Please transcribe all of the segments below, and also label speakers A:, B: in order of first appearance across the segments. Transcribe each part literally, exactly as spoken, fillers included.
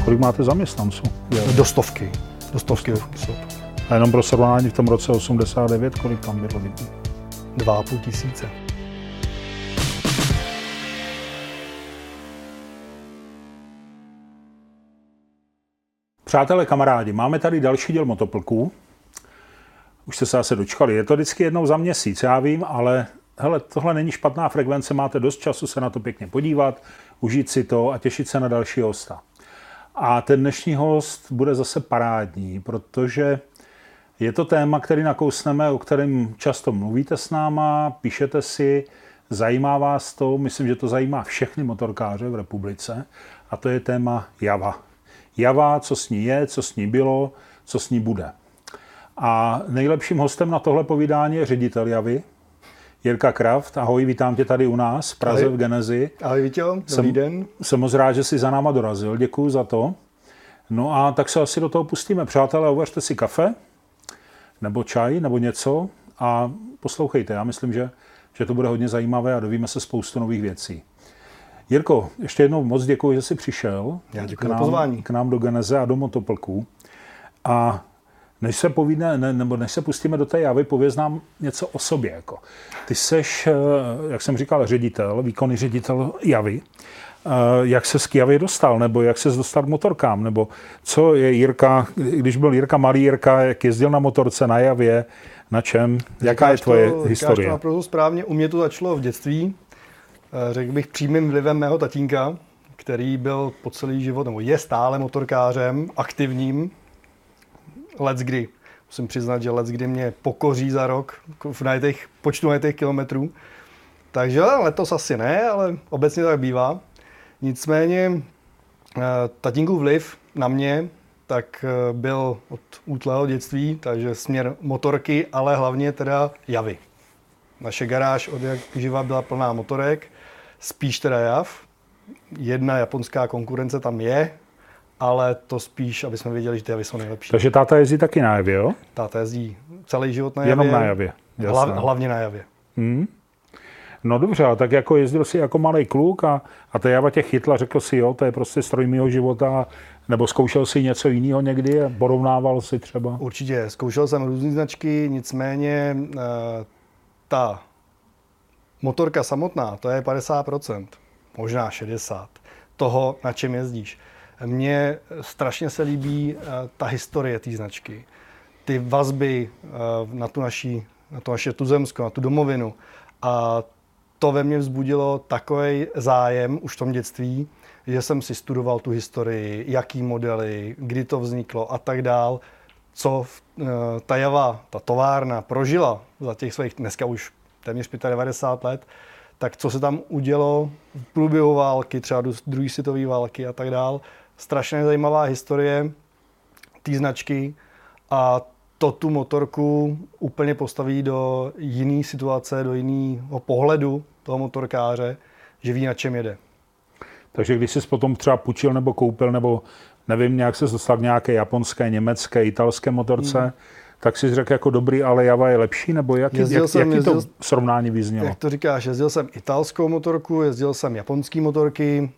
A: Kolik máte zaměstnanců?
B: Do stovky. Do stovky.
A: A jenom pro srovnání v tom roce osmdesát devět, kolik tam bylo lidí?
B: Dva a půl tisíce.
A: Přátelé, kamarádi, máme tady další díl Motoplků. Už jste se asi dočkali. Je to vždycky jednou za měsíc, já vím, ale hele, tohle není špatná frekvence, máte dost času se na to pěkně podívat, užít si to a těšit se na další hosta. A ten dnešní host bude zase parádní, protože je to téma, který nakousneme, o kterém často mluvíte s náma, píšete si, zajímá vás to, myslím, že to zajímá všechny motorkáře v republice, a to je téma Java. Java, co s ní je, co s ní bylo, co s ní bude. A nejlepším hostem na tohle povídání je ředitel Javy, Jirka Kraft. Ahoj, vítám tě tady u nás v Praze. Ahoj. V Genezi.
B: Ahoj Víťo, dobrý den.
A: Jsem moc rád, že jsi za náma dorazil, děkuju za to. No a tak se asi do toho pustíme. Přátelé, uvařte si kafe, nebo čaj, nebo něco a poslouchejte. Já myslím, že, že to bude hodně zajímavé a dovíme se spoustu nových věcí. Jirko, ještě jednou moc děkuji, že jsi přišel.
B: Já děkuji za pozvání.
A: K nám do Geneze a do Motoplků. A než se povídne, ne, nebo než se pustíme do té Javy, pověz nám něco o sobě. Jako. Ty seš, jak jsem říkal, ředitel, výkonný ředitel Javy. Jak se z Javy dostal, nebo jak se dostal k motorkám, nebo co je Jirka, když byl Jirka malý Jirka, jak jezdil na motorce, na Javě, na čem, jaká je tvoje
B: to,
A: historie?
B: Říkáš to naprosto správně, u mě to začalo v dětství. Řekl bych přímým vlivem mého tatínka, který byl po celý život, nebo je stále motorkářem, aktivním, leckdy. Musím přiznat, že leckdy mě pokoří za rok v najetých, počtu najetých kilometrů. Takže letos asi ne, ale obecně tak bývá. Nicméně tatínkův vliv na mě tak byl od útlého dětství, takže směr motorky, ale hlavně teda Javy. Naše garáž od jak živa byla plná motorek, spíš teda Jav. Jedna japonská konkurence tam je, ale to spíš, aby jsme věděli, že ty Javy jsou nejlepší.
A: Takže táta jezdí taky na Javě, jo?
B: Táta jezdí celý život na Javě.
A: Jenom na Javě.
B: Hlav, hlavně na Javě.
A: Hmm. No dobře, ale tak jako jezdil si jako malý kluk a, a ta Java tě chytla, řekl si, jo, to je prostě stroj mýho života, nebo zkoušel si něco jiného někdy a porovnával si třeba?
B: Určitě, zkoušel jsem různé značky, nicméně e, ta motorka samotná, to je padesát procent, možná šedesát procent toho, na čem jezdíš. Mně strašně se líbí e, ta historie té značky, ty vazby e, na tu naší, na to naše tuzemsko, na tu domovinu. A to ve mně vzbudilo takový zájem už v tom dětství, že jsem si studoval tu historii, jaký modely, kdy to vzniklo a tak dál, co ta Java, ta továrna prožila za těch svých dneska už téměř devadesát pět let, tak co se tam udělo v průběhu války, třeba do druhé světové války a tak dál. Strašně zajímavá historie té značky a to tu motorku úplně postaví do jiné situace, do jiného pohledu toho motorkáře, že ví, na čem jede.
A: Takže když jsi potom třeba půjčil nebo koupil, nebo nevím, nějak se dostal k nějaké japonské, německé, italské motorce, hmm. tak jsi řekl jako dobrý, ale Java je lepší, nebo jaký, jak, jsem, jaký jezdil, to srovnání vyznělo?
B: Jak to říkáš, jezdil jsem italskou motorku, jezdil jsem japonský motorky,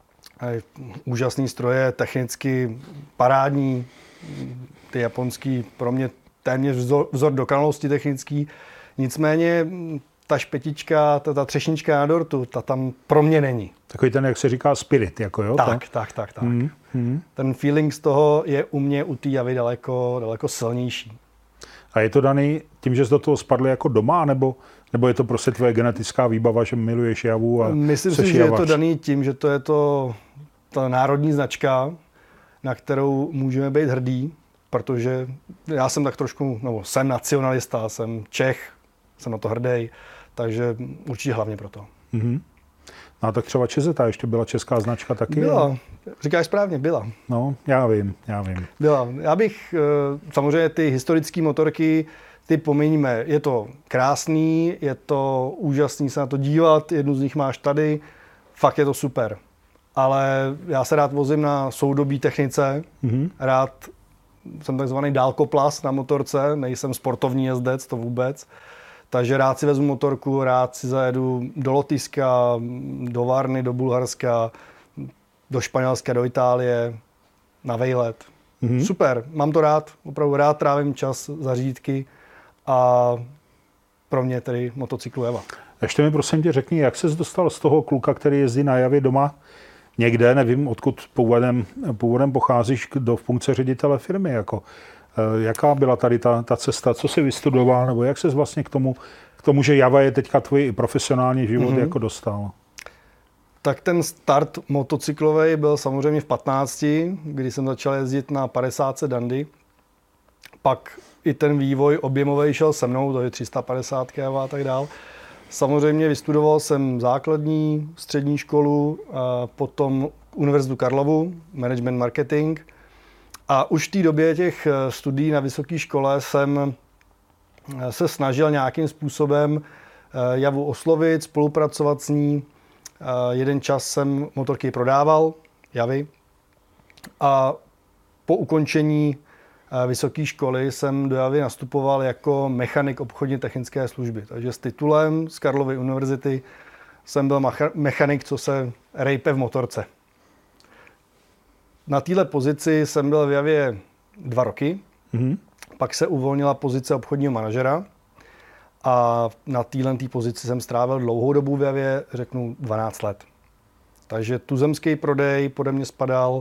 B: úžasný stroje, technicky parádní, ty japonský pro mě téměř vzor, vzor dokonalosti technický. Nicméně ta špetička, ta, ta třešnička na dortu, ta tam pro mě není.
A: Takový ten, jak se říká, spirit, jako jo?
B: Tak, tak, tak, tak. tak.
A: Hmm, hmm.
B: Ten feeling z toho je u mě, u té Javy daleko, daleko silnější.
A: A je to daný tím, že jsi do toho spadl jako doma, nebo, nebo je to prostě tvoje genetická výbava, že miluješ Javu a
B: myslím si, že javař? Je to daný tím, že to je to ta národní značka, na kterou můžeme být hrdí, protože já jsem tak trošku, nebo jsem nacionalista, jsem Čech, jsem na to hrdý, takže určitě hlavně proto.
A: Mm-hmm. No a tak třeba Čezeta ještě byla česká značka taky?
B: Byla, říkáš správně, byla.
A: No, já vím, já vím.
B: Byla. Já bych, samozřejmě ty historické motorky, ty pominíme, je to krásný, je to úžasný se na to dívat, jednu z nich máš tady, fakt je to super. Ale já se rád vozím na soudobí technice, mm-hmm. rád jsem takzvaný dálkoplas na motorce, nejsem sportovní jezdec, to vůbec. Takže rád si vezmu motorku, rád si zajedu do Lotyšska, do Varny, do Bulharska, do Španělska, do Itálie. na vejlet. Mm-hmm. Super, mám to rád, opravdu rád trávím čas za řídky a pro mě tedy motocyklu Java.
A: Ještě mi prosím tě řekni, jak ses dostal z toho kluka, který jezdí na Javě doma někde, nevím, odkud původem, původem pocházíš, do funkce ředitele firmy, jako jaká byla tady ta, ta cesta, co jsi vystudoval, nebo jak ses vlastně k tomu, k tomu, že Java je teďka tvůj profesionální život, mm-hmm. jako dostal?
B: Tak ten start motocyklový byl samozřejmě v patnácti, kdy jsem začal jezdit na padesát Dandy. Pak i ten vývoj objemový šel se mnou, to je tři sta padesát a tak dál. Samozřejmě vystudoval jsem základní, střední školu, a potom Univerzitu Karlovu, management marketing. A už v té době těch studií na vysoké škole jsem se snažil nějakým způsobem Javu oslovit, spolupracovat s ní. Jeden čas jsem motorky prodával, Javy. A po ukončení vysoké školy jsem do Javy nastupoval jako mechanik obchodně technické služby. Takže s titulem z Karlovy univerzity jsem byl mechanik, co se rejpe v motorce. Na téhle pozici jsem byl v Javě dva roky, mm-hmm. pak se uvolnila pozice obchodního manažera a na téhle pozici jsem strávil dlouhou dobu v Javě, řeknu dvanáct let. Takže tuzemský prodej pode mě spadal,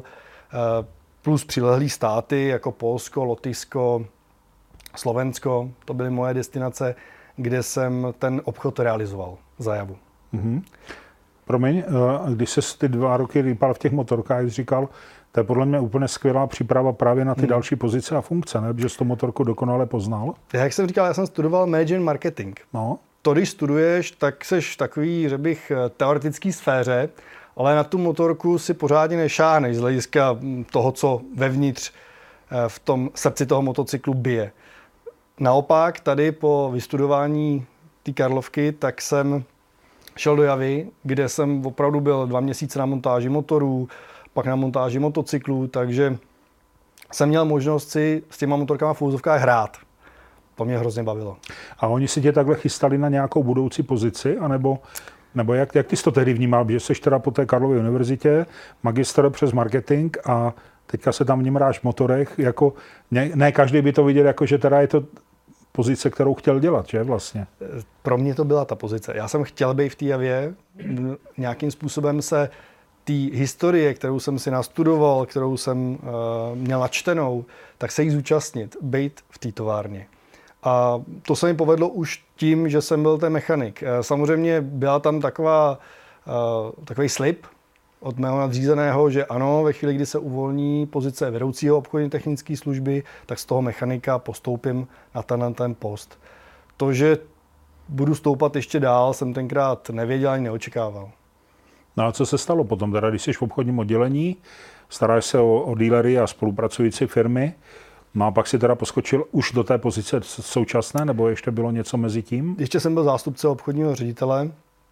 B: plus přilehlý státy jako Polsko, Lotyšsko, Slovensko. To byly moje destinace, kde jsem ten obchod realizoval za Javu.
A: Mm-hmm. Promiň, když ses ty dva roky rýpal v těch motorkách, jsi říkal, to je podle mě úplně skvělá příprava právě na ty hmm. další pozice a funkce, ne? Protože jsi to motorku dokonale poznal.
B: Jak jsem říkal, já jsem studoval management marketing.
A: No.
B: To, když studuješ, tak seš v takový, že bych, teoretický sféře, ale na tu motorku si pořádně nešáneš z hlediska toho, co vevnitř v tom srdci toho motocyklu bije. Naopak, tady po vystudování té Karlovky, tak jsem šel do Javy, kde jsem opravdu byl dva měsíce na montáži motorů, pak na montáži motocyklů, takže jsem měl možnost si s těma motorkama v úzovkách hrát. To mě hrozně bavilo.
A: A oni si tě takhle chystali na nějakou budoucí pozici, anebo nebo jak, jak ty jsi to tehdy vnímal, že jsi teda po té Karlově univerzitě, magister přes marketing a teďka se tam vnímáš v motorech, jako ne, ne každý by to viděl, jako že teda je to pozice, kterou chtěl dělat, že vlastně?
B: Pro mě to byla ta pozice. Já jsem chtěl být v té Javě, nějakým způsobem se té historie, kterou jsem si nastudoval, kterou jsem uh, měl načtenou, tak se jí zúčastnit, být v té továrně. A to se mi povedlo už tím, že jsem byl ten mechanik. Samozřejmě byla tam taková, uh, takový slib od mého nadřízeného, že ano, ve chvíli, kdy se uvolní pozice vedoucího obchodní technické služby, tak z toho mechanika postoupím na ten, na ten post. To, že budu stoupat ještě dál, jsem tenkrát nevěděl ani neočekával.
A: No a co se stalo potom? Teda, když jsi v obchodním oddělení, staráš se o, o dílery a spolupracující firmy, no a pak si teda poskočil už do té pozice současné, nebo ještě bylo něco mezi tím?
B: Ještě jsem byl zástupce obchodního ředitele.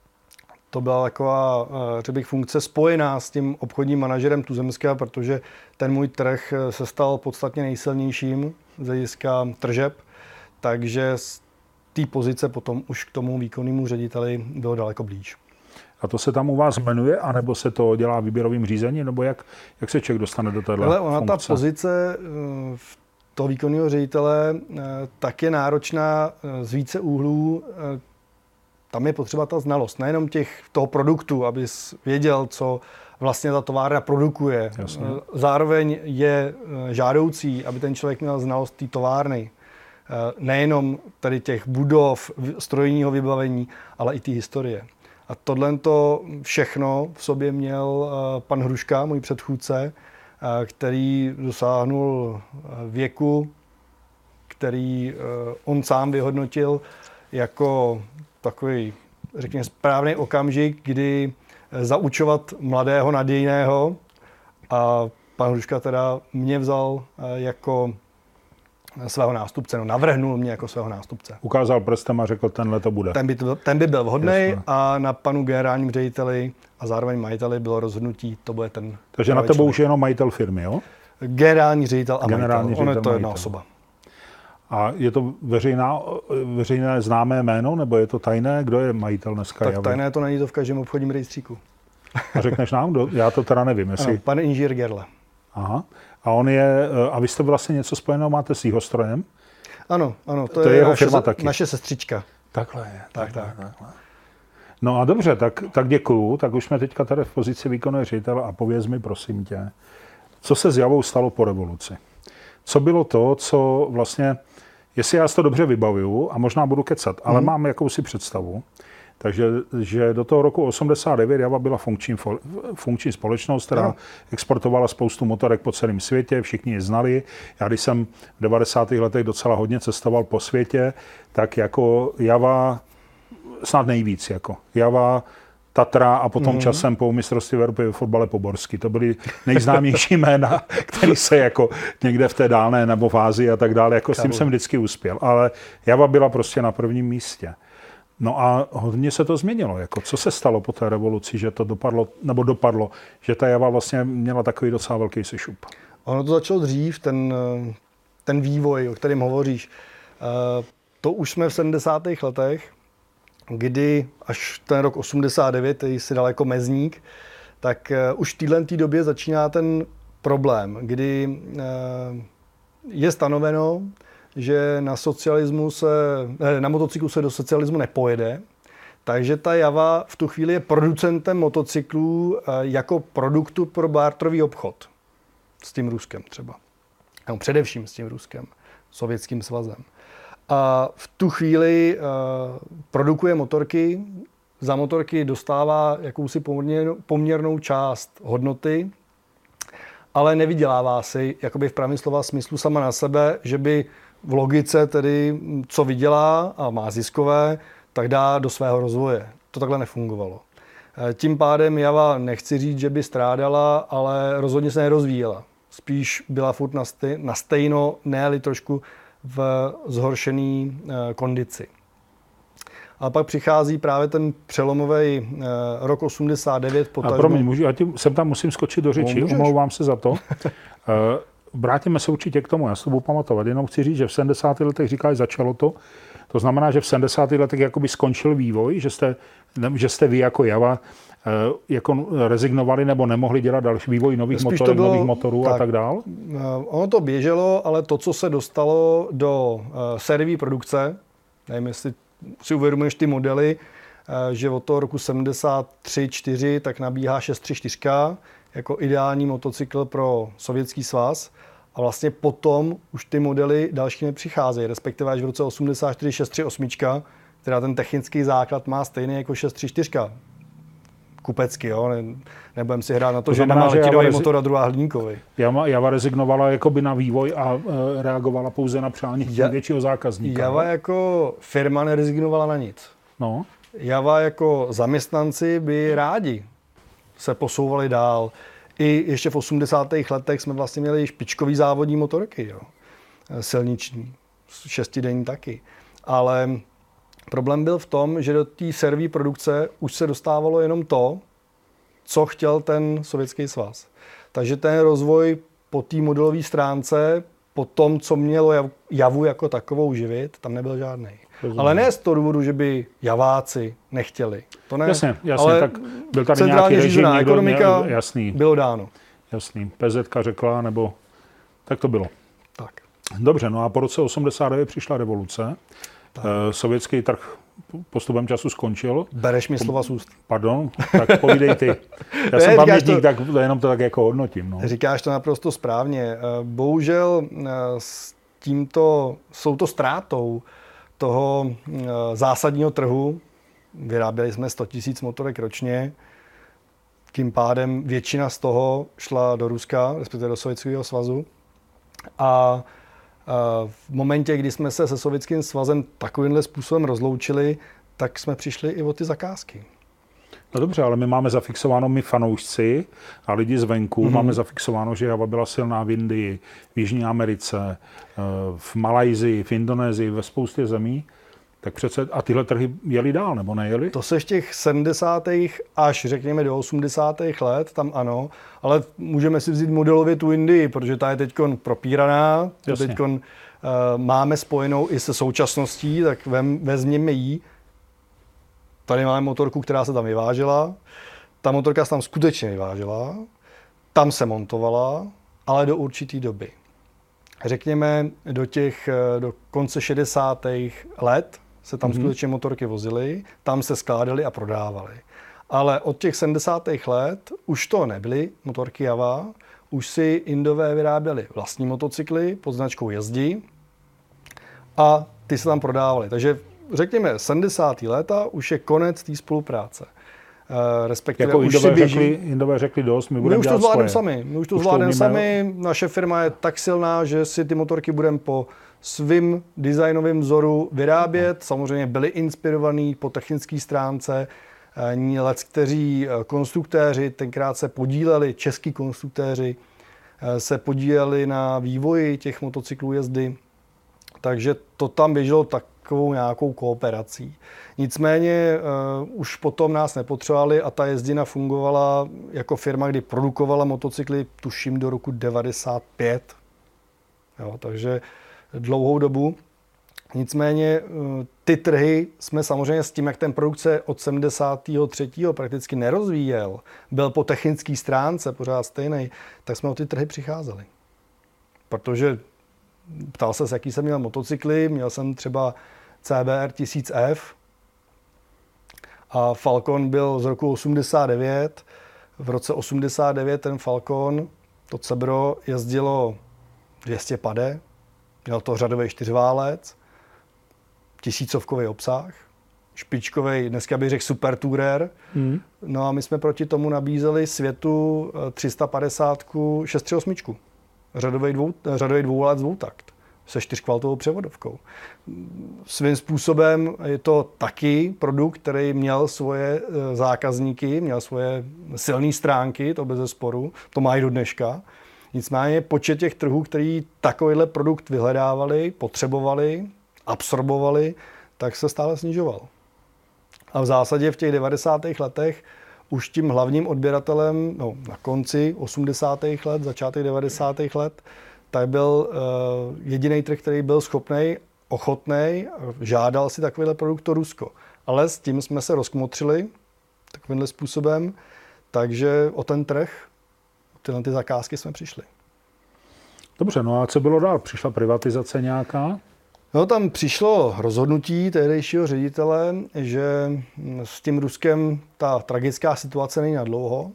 B: To byla taková, řekl bych, funkce spojená s tím obchodním manažerem tuzemského, protože ten můj trh se stal podstatně nejsilnějším z hlediska tržeb, takže z té pozice potom už k tomu výkonnému řediteli bylo daleko blíž.
A: A to se tam u vás jmenuje, anebo se to dělá výběrovým řízením, nebo jak, jak se člověk dostane do téhle
B: Ale ona
A: funkce?
B: Ta pozice toho výkonného ředitele tak je náročná z více úhlů. Tam je potřeba ta znalost, nejenom těch, toho produktu, abys věděl, co vlastně ta továrna produkuje. Jasně. Zároveň je žádoucí, aby ten člověk měl znalost té továrny. Nejenom tady těch budov, strojního vybavení, ale i té historie. A tohle všechno v sobě měl pan Hruška, můj předchůdce, který dosáhnul věku, který on sám vyhodnotil jako takový, řekněme, správný okamžik, kdy zaučovat mladého nadějného. A pan Hruška teda mě vzal jako svého nástupce, no navrhnul mě jako svého nástupce.
A: Ukázal prstem a řekl, tenhle to bude.
B: Ten by, to, ten by byl vhodný a na panu generálním řediteli a zároveň majiteli bylo rozhodnutí, to bude ten.
A: Takže na tebou už je jenom majitel firmy, jo?
B: Generální ředitel a
A: generální
B: majitel. Ono je to
A: majitel.
B: jedna osoba.
A: A je to veřejná, veřejné známé jméno, nebo je to tajné? Kdo je majitel dneska?
B: Tak tajné to není to v každém obchodním rejstříku.
A: A řekneš nám, kdo? Já to teda nevím, jestli...
B: Ano, pan inženýr Gerle.
A: Aha. A on je, a vy jste vlastně něco spojeného máte s Jihostrojem?
B: Ano, ano, to,
A: to je, je jeho
B: naše,
A: firma taky.
B: Naše sestřička.
A: Takhle je.
B: Tak,
A: takhle,
B: tak.
A: takhle. No a dobře, tak, tak děkuju. Tak už jsme teďka tady v pozici výkonného ředitele a pověz mi, prosím tě, co se s Javou stalo po revoluci? Co bylo to, co vlastně, jestli já si to dobře vybavuju, a možná budu kecat, ale mm. mám jakousi představu, takže že do toho roku osmdesát devět Java byla funkční, funkční společnost, která no. exportovala spoustu motorek po celém světě, všichni je znali. Já když jsem v devadesátých letech docela hodně cestoval po světě, tak jako Java, snad nejvíc, jako Java, Tatra a potom mm. časem po mistrovství Evropy ve fotbale Poborsky. To byly nejznámější jména, který se jako někde v té dálné nebo v Ázii a tak dále, jako s tím jsem vždycky uspěl. Ale Java byla prostě na prvním místě. No a hodně se to změnilo. Jako, co se stalo po té revoluci, že to dopadlo, nebo dopadlo, že ta Java vlastně měla takový docela velký sešup?
B: Ono to začalo dřív, ten, ten vývoj, o kterém hovoříš. To už jsme v sedmdesátých letech, kdy až ten rok osmdesát devět, který si dal jako mezník, tak už v této době začíná ten problém, kdy je stanoveno, že na socialismu se, na motocyklu se do socialismu nepojede, takže ta Java v tu chvíli je producentem motocyklů jako produktu pro barterový obchod s tím Ruskem třeba. No, především s tím Ruskem, Sovětským svazem. A v tu chvíli uh, produkuje motorky, za motorky dostává jakousi poměrnou, poměrnou část hodnoty, ale nevydělává si jakoby v pravém slova smyslu sama na sebe, že by v logice tedy, co vydělá a má ziskové, tak dá do svého rozvoje. To takhle nefungovalo. Tím pádem Java, nechci říct, že by strádala, ale rozhodně se nerozvíjela. Spíš byla furt na, stej, na stejno, ne-li trošku v zhoršené kondici. A pak přichází právě ten přelomový rok osmdesát devět.
A: A promiň, můžu, já tím, sem tam musím skočit do řeči, no, omlouvám se za to. Vrátíme se určitě k tomu, já si to budu pamatovat. Jenom chci říct, že v sedmdesátých letech říkáš, začalo to. To znamená, že v sedmdesátých letech jakoby skončil vývoj, že jste, že jste vy jako Java jako rezignovali nebo nemohli dělat další vývoj nových
B: Spíš
A: motorek,
B: bylo,
A: nových motorů tak, a tak dál?
B: Ono to běželo, ale to, co se dostalo do uh, sériové produkce, nevím, jestli si uvědomuješ ty modely, uh, že od toho roku sedmdesát tři čtyři tak nabíhá šest tři čtyři jako ideální motocykl pro Sovětský svaz. A vlastně potom už ty modely další nepřicházejí, respektive až v roce osmdesát čtyři šest tři osm, která ten technický základ má stejný jako šest tři čtyři. Kupecky, jo, ne, nebudem si hrát na to, to že nemá letinový rezi... motor a druhá hliníkový.
A: Java, Java rezignovala jakoby na vývoj a e, reagovala pouze na přání ja, většího zákazníka.
B: Java jako firma nerezignovala na nic.
A: No.
B: Java jako zaměstnanci by rádi se posouvali dál. I ještě v osmdesátých letech jsme vlastně měli špičkový závodní motorky, jo. Silniční, šestidenní taky. Ale problém byl v tom, že do té sériové produkce už se dostávalo jenom to, co chtěl ten Sovětský svaz. Takže ten rozvoj po té modelové stránce, po tom, co mělo Javu jako takovou živit, tam nebyl žádný. Rozumím. Ale ne z toho důvodu, že by Javáci nechtěli. To ne.
A: Jasně, jasně,
B: ale
A: tak byl tady nějaký režim,
B: ekonomika
A: někdo, jasný,
B: bylo dáno.
A: Jasný, P Z ka řekla, nebo tak to bylo.
B: Tak.
A: Dobře, no a po roce osmdesát devět přišla revoluce. Tak. Sovětský trh postupem času skončil.
B: Bereš mi slova z úst.
A: Pardon, tak povídej ty. Já jsem pamětník, to, tak jenom to tak jako hodnotím. No.
B: Říkáš to naprosto správně. Bohužel s tímto, jsou to ztrátou toho zásadního trhu. Vyráběli jsme sto tisíc motorek ročně. Tím pádem většina z toho šla do Ruska, respektive do Sovětského svazu. A v momentě, kdy jsme se se Sovětským svazem takovýmhle způsobem rozloučili, tak jsme přišli i o ty zakázky.
A: No dobře, ale my máme zafixováno, my fanoušci a lidi zvenku, mm-hmm. máme zafixováno, že Java byla silná v Indii, v Jižní Americe, v Malajsii, v Indonésii, ve spoustě zemí. Tak přece, a tyhle trhy jeli dál, nebo nejeli?
B: To se v těch sedmdesátých až řekněme do osmdesátých let, tam ano, ale můžeme si vzít modelově tu Indii, protože ta je teď propíraná, teď uh, máme spojenou i se současností, tak vem, vezměme ji. Tady máme motorku, která se tam vyvážela, ta motorka se tam skutečně vyvážela, tam se montovala ale do určité doby. Řekněme, do těch do konce šedesátých let se tam mm-hmm. skutečně motorky vozily, tam se skládaly a prodávaly. Ale od těch sedmdesátých let už to nebyly motorky Java, už si Indové vyráběli vlastní motocykly pod značkou Jezdi a ty se tam prodávaly. Takže řekněme, sedmdesátá léta už je konec té spolupráce. Uh, respektive
A: jako
B: už
A: Indové
B: si běží.
A: Řekli, Indové řekli dost, my budeme
B: My už
A: dělat
B: to zvládneme
A: svoje.
B: sami. My už to
A: už
B: zvládneme
A: to
B: sami. Naše firma je tak silná, že si ty motorky budeme po svým designovým vzoru vyrábět. No. Samozřejmě byli inspirovaní po technické stránce. Lec, kteří konstruktéři tenkrát se podíleli, český konstruktéři se podíleli na vývoji těch motocyklů Jezdy. Takže to tam běželo takovou nějakou kooperací. Nicméně uh, už potom nás nepotřebovali a ta Jezdina fungovala jako firma, kdy produkovala motocykly, tuším, do roku devadesát pět. Jo, takže dlouhou dobu. Nicméně uh, ty trhy jsme samozřejmě s tím, jak ten produkt se od sedmdesátého třetího prakticky nerozvíjel, byl po technické stránce pořád stejný, tak jsme o ty trhy přicházeli. Protože ptal se, jaký jsem měl motocykly, měl jsem třeba C B R tisíc F a Falcon byl z roku osmdesát devět. V roce osmdesát devět ten Falcon, to Cebro, jezdilo dvě stě pade, měl to řadový čtyřválec, tisícovkový obsah, špičkový, dneska bych řekl super tourer. Hmm. No a my jsme proti tomu nabízeli světu tři sta padesát šest tři osm. Řadový, dvou, řadový dvouválec dvoutakt se čtyřkvaltovou převodovkou. Svým způsobem je to taky produkt, který měl svoje zákazníky, měl svoje silné stránky, to bez zesporu, to má i do dneška. Nicméně počet těch trhů, který takovýhle produkt vyhledávali, potřebovali, absorbovali, tak se stále snižoval. A v zásadě v těch devadesátých letech už tím hlavním odběratelem, no, na konci osmdesátých let, začátek devadesátých let, tak byl uh, jediný trh, který byl schopný, ochotný, žádal si takovýhle produkt, to Rusko. Ale s tím jsme se rozkmotřili takovýmhle způsobem, takže o ten trh, o tyhle ty zakázky jsme přišli.
A: Dobře, no a co bylo dál? Přišla privatizace nějaká?
B: No, tam přišlo rozhodnutí tehdejšího ředitele, že s tím Ruskem ta tragická situace není na dlouho.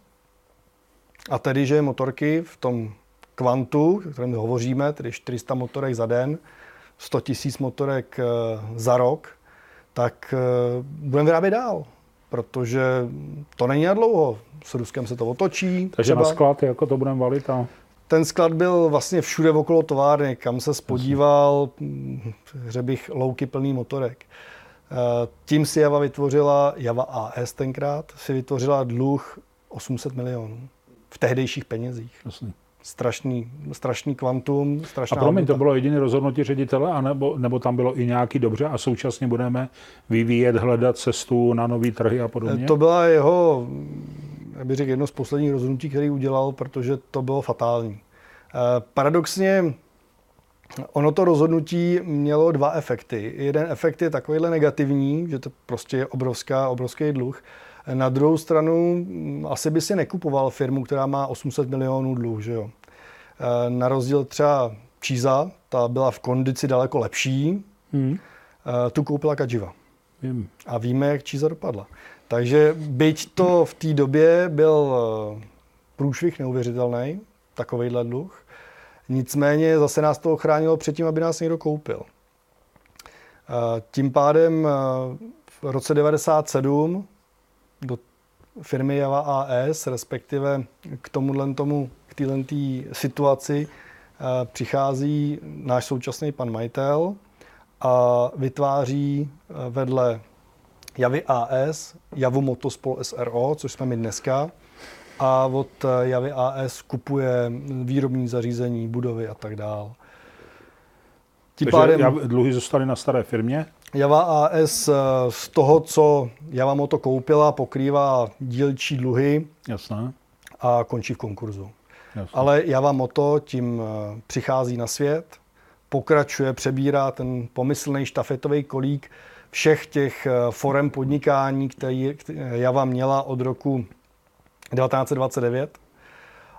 B: A tedy, že motorky v tom kvantu, o kterém hovoříme, tedy čtyři sta motorek za den, sto tisíc motorek za rok, tak budeme vyrábět dál. Protože to není na dlouho. S Ruskem se to otočí.
A: Takže třeba na sklad, jako to budeme valit a...
B: Ten sklad byl vlastně všude okolo továrny, kam se spodíval, že bych louky plný motorek. Tím si Java vytvořila, Java A S tenkrát, si vytvořila dluh osm set milionů v tehdejších penězích. Jasný. Strašný, strašný kvantum, strašná...
A: A promiň, to bylo jediné rozhodnutí ředitele, anebo, nebo tam bylo i nějaký dobře a současně budeme vyvíjet, hledat cestu na nový trhy a podobně?
B: To byla jeho... já bych řekl, jedno z posledních rozhodnutí, který udělal, protože to bylo fatální. E, paradoxně, ono to rozhodnutí mělo dva efekty. Jeden efekt je takovýhle negativní, že to prostě je obrovská, obrovský dluh. Na druhou stranu, asi by si nekupoval firmu, která má osm set milionů dluh, že jo. E, na rozdíl třeba Číza, ta byla v kondici daleko lepší, hmm. e, tu koupila Kadživa. Hmm. A víme, jak Číza dopadla. Takže byť to v té době byl průšvih neuvěřitelný, takovejhle dluh, nicméně zase nás to ochránilo před tím, aby nás někdo koupil. Tím pádem v roce devadesát sedm do firmy Java A S, respektive k tomuhle tomu, k této situaci přichází náš současný pan majitel a vytváří vedle Javy A S, Javu Motospol S R O, což jsme my dneska, a od Javy A S kupuje výrobní zařízení, budovy a tak dál.
A: Tím pádem dluhy zůstaly na staré firmě?
B: Java A S z toho, co Java Moto koupila, pokrývá dílčí dluhy.
A: Jasné.
B: A končí v konkurzu.
A: Jasné.
B: Ale Java Moto tím přichází na svět, pokračuje, přebírá ten pomyslný štafetový kolík všech těch forem podnikání, které Java měla od roku devatenáct set dvacet devět.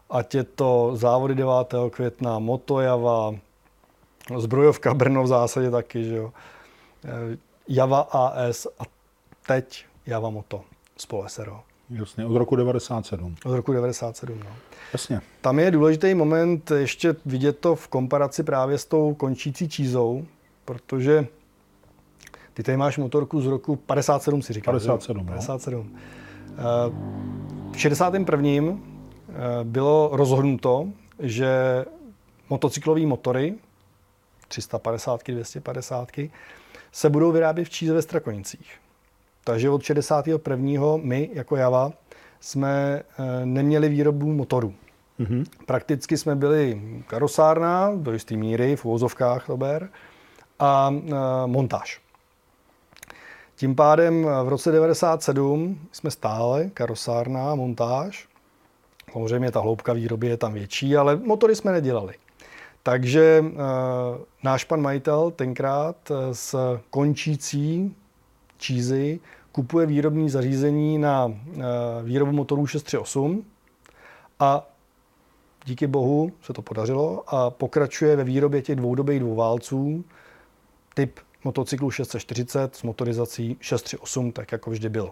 B: ať je to závody devátého května, Motojava, Zbrojovka Brno v zásadě taky, že jo. Java A S a teď Java Moto spolu S R O.
A: Jasně, od roku devadesát sedm.
B: Od roku devadesát sedm, no.
A: Jasně.
B: Tam je důležitý moment ještě vidět to v komparaci právě s tou končící čízou, protože ty tady máš motorku z roku padesát sedm, si říkal.
A: padesát sedm, no.
B: padesát sedm. V šedesátém prvním bylo rozhodnuto, že motocyklové motory, tři sta padesát, dvě stě padesát, se budou vyrábět v Číze ve Strakonicích. Takže od šedesátého prvního my jako Java jsme neměli výrobu motorů. Mm-hmm. Prakticky jsme byli karosárna, do jisté míry, v uvozovkách to ber, a montáž. Tím pádem v roce devadesát sedm jsme stále karosárna, montáž. Samozřejmě ta hloubka výroby je tam větší, ale motory jsme nedělali. Takže e, náš pan majitel tenkrát z končící Čízy kupuje výrobní zařízení na e, výrobu motorů šest tři osm a díky bohu se to podařilo a pokračuje ve výrobě těch dvoudobých dvouválců typ motocyklu šest set čtyřicet s motorizací šest tři osm, tak jako vždy bylo.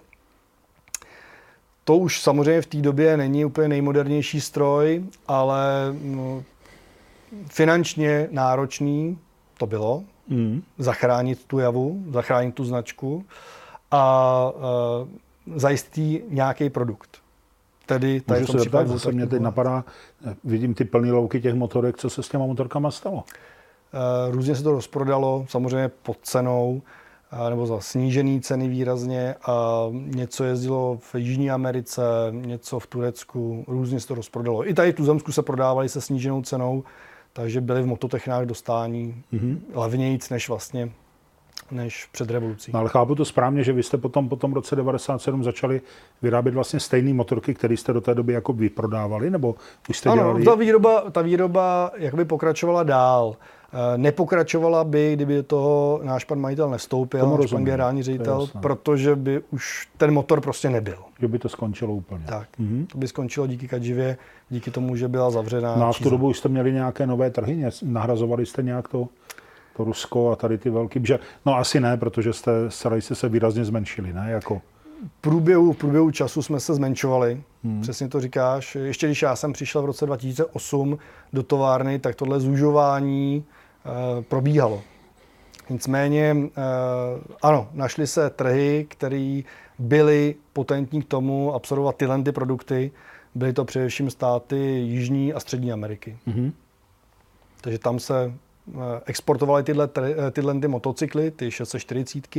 B: To už samozřejmě v té době není úplně nejmodernější stroj, ale no, finančně náročný to bylo. Mm. Zachránit tu Javu, zachránit tu značku a e, zajistit nějaký produkt. Tedy tady v tom případě
A: zase mě teď napadá, vidím ty plný louky těch motorek, co se s těma motorkama stalo?
B: Různě se to rozprodalo, samozřejmě pod cenou, nebo za snížené ceny výrazně. A něco jezdilo v Jižní Americe, něco v Turecku, různě se to rozprodalo. I tady v Tuzemsku se prodávali se sníženou cenou, takže byly v mototechnách dostání mm-hmm. levnějc než vlastně než před revolucí.
A: No, ale chápu to správně, že vy jste potom po tom roce devadesát sedm začali vyrábět vlastně stejné motorky, které jste do té doby jako vyprodávali, nebo už jste
B: ano,
A: dělali?
B: ta výroba, ta výroba jakoby pokračovala dál. Nepokračovala by, kdyby do toho náš pan majitel nevstoupil, náš pan generální ředitel, protože by už ten motor prostě nebyl.
A: Že by to skončilo úplně.
B: Tak, mm-hmm. to by skončilo díky Kadživě, díky tomu, že byla zavřená.
A: No a v tu dobu už jste měli nějaké nové trhy, nahrazovali jste nějak to, to Rusko a tady ty velký, že no asi ne, protože jste, jste se výrazně zmenšili, ne? Jako...
B: V průběhu, v průběhu času jsme se zmenšovali, hmm. přesně to říkáš. Ještě když já jsem přišel v roce dva tisíce osm do továrny, tak tohle zužování e, probíhalo. Nicméně, e, ano, našly se trhy, které byly potentní k tomu absorbovat tyhle ty produkty. Byly to především státy Jižní a Střední Ameriky. Hmm. Takže tam se e, exportovaly tyhle, tyhle ty motocykly, ty šest set čtyřicet.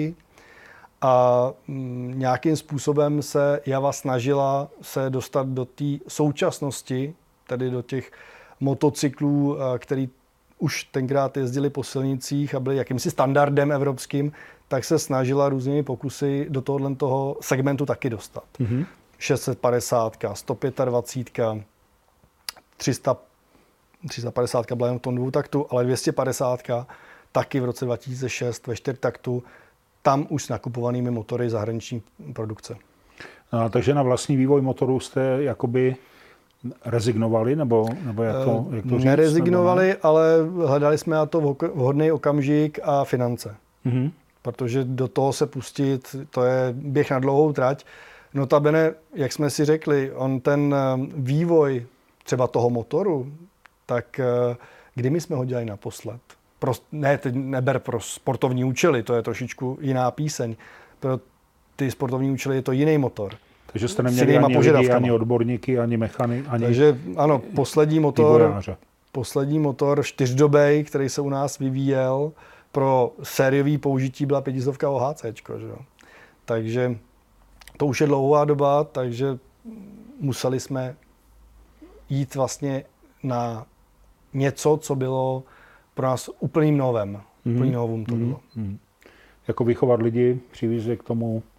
B: A nějakým způsobem se Java snažila se dostat do té současnosti, tedy do těch motocyklů, který už tenkrát jezdili po silnicích a byli jakýmsi standardem evropským, tak se snažila různými pokusy do tohohle toho segmentu taky dostat. Mm-hmm. šest set padesát, sto dvacet pět, tři sta, tři sta padesát byla jen v tom dvoutaktu, ale dvě stě padesát taky v roce dva tisíce šest ve čtyřtaktu, tam už s nakupovanými motory zahraniční produkce.
A: A, takže na vlastní vývoj motorů jste jakoby rezignovali, nebo, nebo jak to, jak to říct?
B: Nerezignovali, nebo ne? Ale hledali jsme na to vhodný okamžik a finance. Mm-hmm. Protože do toho se pustit, to je běh na dlouhou trať. Notabene, jak jsme si řekli, on ten vývoj třeba toho motoru, tak kdy my jsme ho dělali naposled? Pro, ne, teď neber pro sportovní účely, to je trošičku jiná píseň. Pro ty sportovní účely je to jiný motor.
A: Takže jste neměli ani lidi, ani odborníky, ani mechany, ani
B: Takže ano, poslední motor, poslední motor čtyřdobej, který se u nás vyvíjel, pro sériový použití byla pětistovka O H C. Že? Takže to už je dlouhá doba, takže museli jsme jít vlastně na něco, co bylo pro nás úplným novém. Mm-hmm. Úplný novum to bylo.
A: Mm-hmm. Jako vychovat lidi, přivízt k tomu,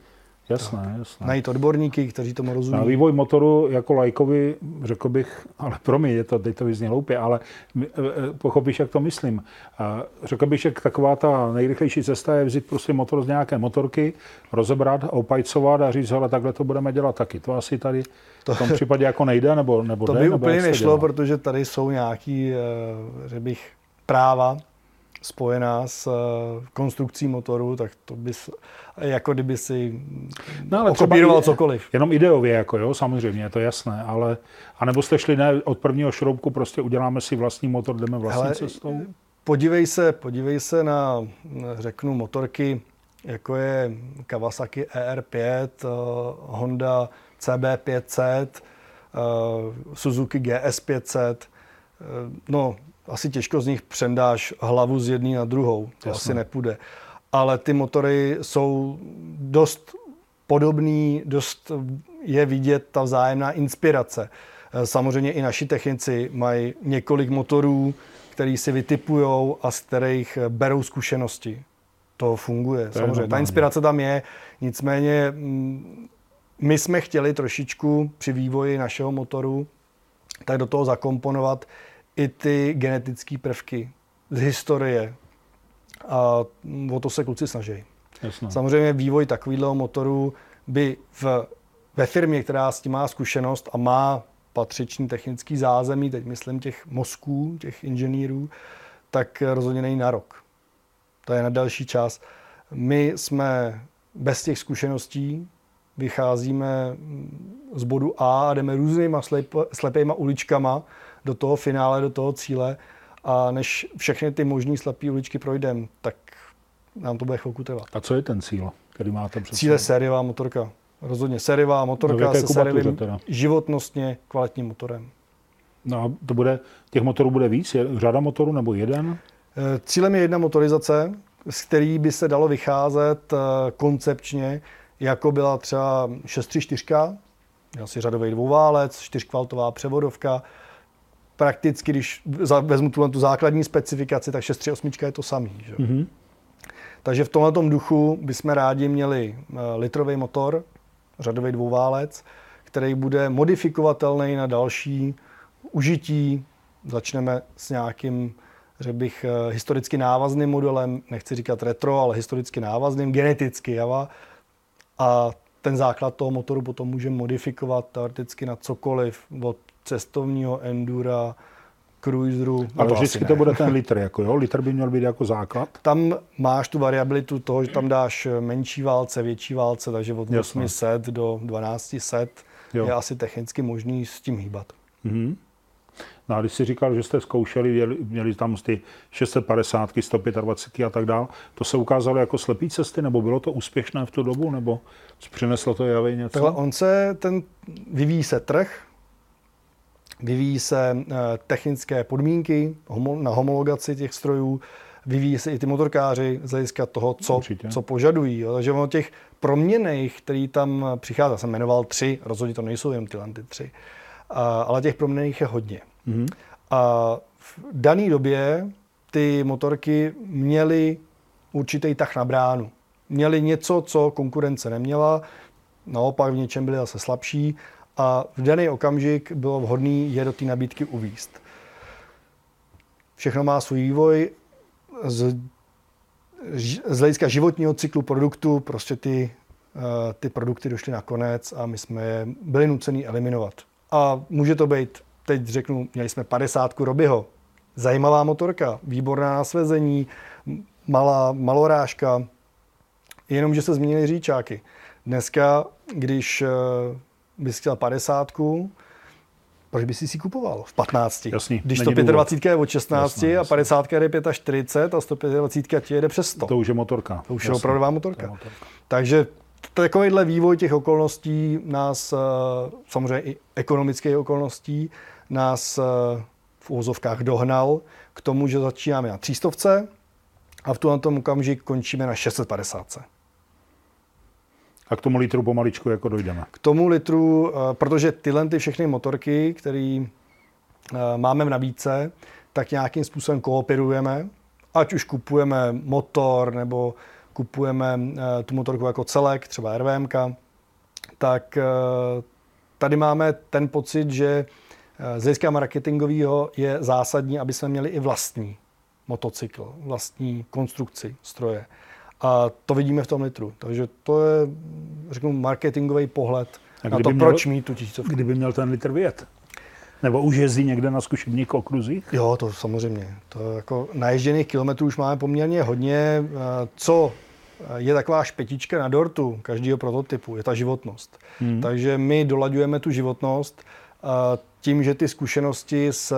A: Jasné, jasné.
B: Najít odborníky, kteří tomu rozumí.
A: Na vývoj motoru jako lajkovi, řekl bych, ale pro mě je to, teď to vyzní hloupě, ale pochopíš, jak to myslím. Řekl bych, že taková ta nejrychlejší cesta je vzít prostě motor z nějaké motorky, rozebrat, opajcovat a říct, hele, takhle to budeme dělat taky. To asi tady v tom případě jako nejde, nebo, nebo
B: To
A: jde,
B: by
A: nebo
B: úplně nešlo,
A: dělá?
B: protože tady jsou nějaký, že bych, práva spojená s konstrukcí motoru, tak to bys, jako kdyby si no, okopíroval cokoliv.
A: Jenom ideově, jako jo, samozřejmě, je to jasné, ale anebo jste šli ne od prvního šroubku, prostě uděláme si vlastní motor, jdeme vlastní Hele, cestou?
B: Podívej se, podívej se na, řeknu, motorky, jako je Kawasaki E R pět, Honda C B pět set, Suzuki G S pět set, no, asi těžko z nich přendáš hlavu z jedné na druhou, to Jasně. asi nepůjde. Ale ty motory jsou dost podobný, dost je vidět ta vzájemná inspirace. Samozřejmě i naši technici mají několik motorů, který si vytipujou a z kterých berou zkušenosti. To funguje, to samozřejmě. Ta inspirace tam je, nicméně my jsme chtěli trošičku při vývoji našeho motoru tak do toho zakomponovat i ty genetické prvky z historie. A o to se kluci snaží.
A: Jasně.
B: Samozřejmě vývoj takového motoru by v, ve firmě, která s tím má zkušenost a má patřičný technický zázemí, teď myslím těch mozků, těch inženýrů, tak rozhodně není na rok. To je na další čas. My jsme bez těch zkušeností, vycházíme z bodu A a jdeme různýma slep, slepýma uličkama do toho finále, do toho cíle a než všechny ty možný slepý uličky projdeme, tak nám to bude chvilku trvat.
A: A co je ten cíl, který máte před
B: Cíl je sériová motorka. Rozhodně sériová motorka se sériovým životnostně kvalitním motorem.
A: No a to bude, těch motorů bude víc? Je řada motorů nebo jeden?
B: Cílem je jedna motorizace, z který by se dalo vycházet koncepčně, jako byla třeba šest tři čtyři, asi řadový dvouválec, čtyřkvaltová převodovka. Prakticky, když vezmu tu, tu základní specifikaci, tak šest tři osm je to samý. Že? Mm-hmm. Takže v tomhletom duchu bychom rádi měli litrový motor, řadový dvouválec, který bude modifikovatelný na další užití. Začneme s nějakým, řekl bych, historicky návazným modelem, nechci říkat retro, ale historicky návazným, geneticky, java. A ten základ toho motoru potom můžeme modifikovat teoreticky na cokoliv, od cestovního endura, cruiseru.
A: Ale vždycky to bude ten litr, jako jo? Litr by měl být jako základ?
B: Tam máš tu variabilitu toho, že tam dáš menší válce, větší válce, takže od osm set do dvanáct set jo. je asi technicky možný s tím hýbat.
A: Mm-hmm. No a když jsi říkal, že jste zkoušeli, měli tam ty šest set padesát, sto dvacet pět a tak dál, to se ukázalo jako slepý cesty, nebo bylo to úspěšné v tu dobu, nebo přineslo to javě něco?
B: Takhle on se, ten, vyvíjí se trh, vyvíjí se technické podmínky na homologaci těch strojů, vyvíjí se i ty motorkáři z hlediska toho, co, co požadují. Jo. Takže ono těch proměnných, který tam přichází, jsem jmenoval tři, rozhodně to nejsou jen tyhle ty tři, a, ale těch proměnných je hodně. Mm-hmm. A v dané době ty motorky měly určitý tah na bránu. Měly něco, co konkurence neměla, naopak v něčem byly zase slabší a v daný okamžik bylo vhodné je do té nabídky uvízt. Všechno má svůj vývoj. Z, z hlediska životního cyklu produktu prostě ty, ty produkty došly na konec a my jsme je byli nuceni eliminovat. A může to být, teď řeknu, měli jsme padesátku Robyho. Zajímavá motorka, výborná na svezení, malá, malorážka, jenomže se změnily řidičáky. Dneska, když bys chtěl padesátku, proč bys si ji kupoval v patnácti?
A: Jasný,
B: když sto dvacet pět je od šestnácti jasný, a padesátka jede čtyřicet pět a sto dvacet pět ti jede přes sto.
A: To už je motorka.
B: To už jasný, je opravdová motorka. Je motorka. Takže takovýhle vývoj těch okolností nás, samozřejmě i ekonomických okolností, nás v uvozovkách dohnal k tomu, že začínáme na třístovce a v tom okamžik končíme na šest set padesát.
A: A k tomu litru pomaličku jako dojdeme.
B: K tomu litru, protože tyhle ty všechny motorky, které máme v nabídce, tak nějakým způsobem kooperujeme, ať už kupujeme motor nebo kupujeme tu motorku jako celek, třeba R V M ka, tak tady máme ten pocit, že z hlediska marketingového je zásadní, aby jsme měli i vlastní motocykl, vlastní konstrukci stroje. A to vidíme v tom litru. Takže to je, řeknu, marketingový pohled na to, měl, proč mít tu tisícovku.
A: Kdyby měl ten litr vyjet? Nebo už jezdí někde na zkušebních okruzích?
B: Jo, to samozřejmě. To jako naježděných kilometrů už máme poměrně hodně. Co je taková špetička na dortu každého prototypu, je ta životnost. Hmm. Takže my dolaďujeme tu životnost tím, že ty zkušenosti s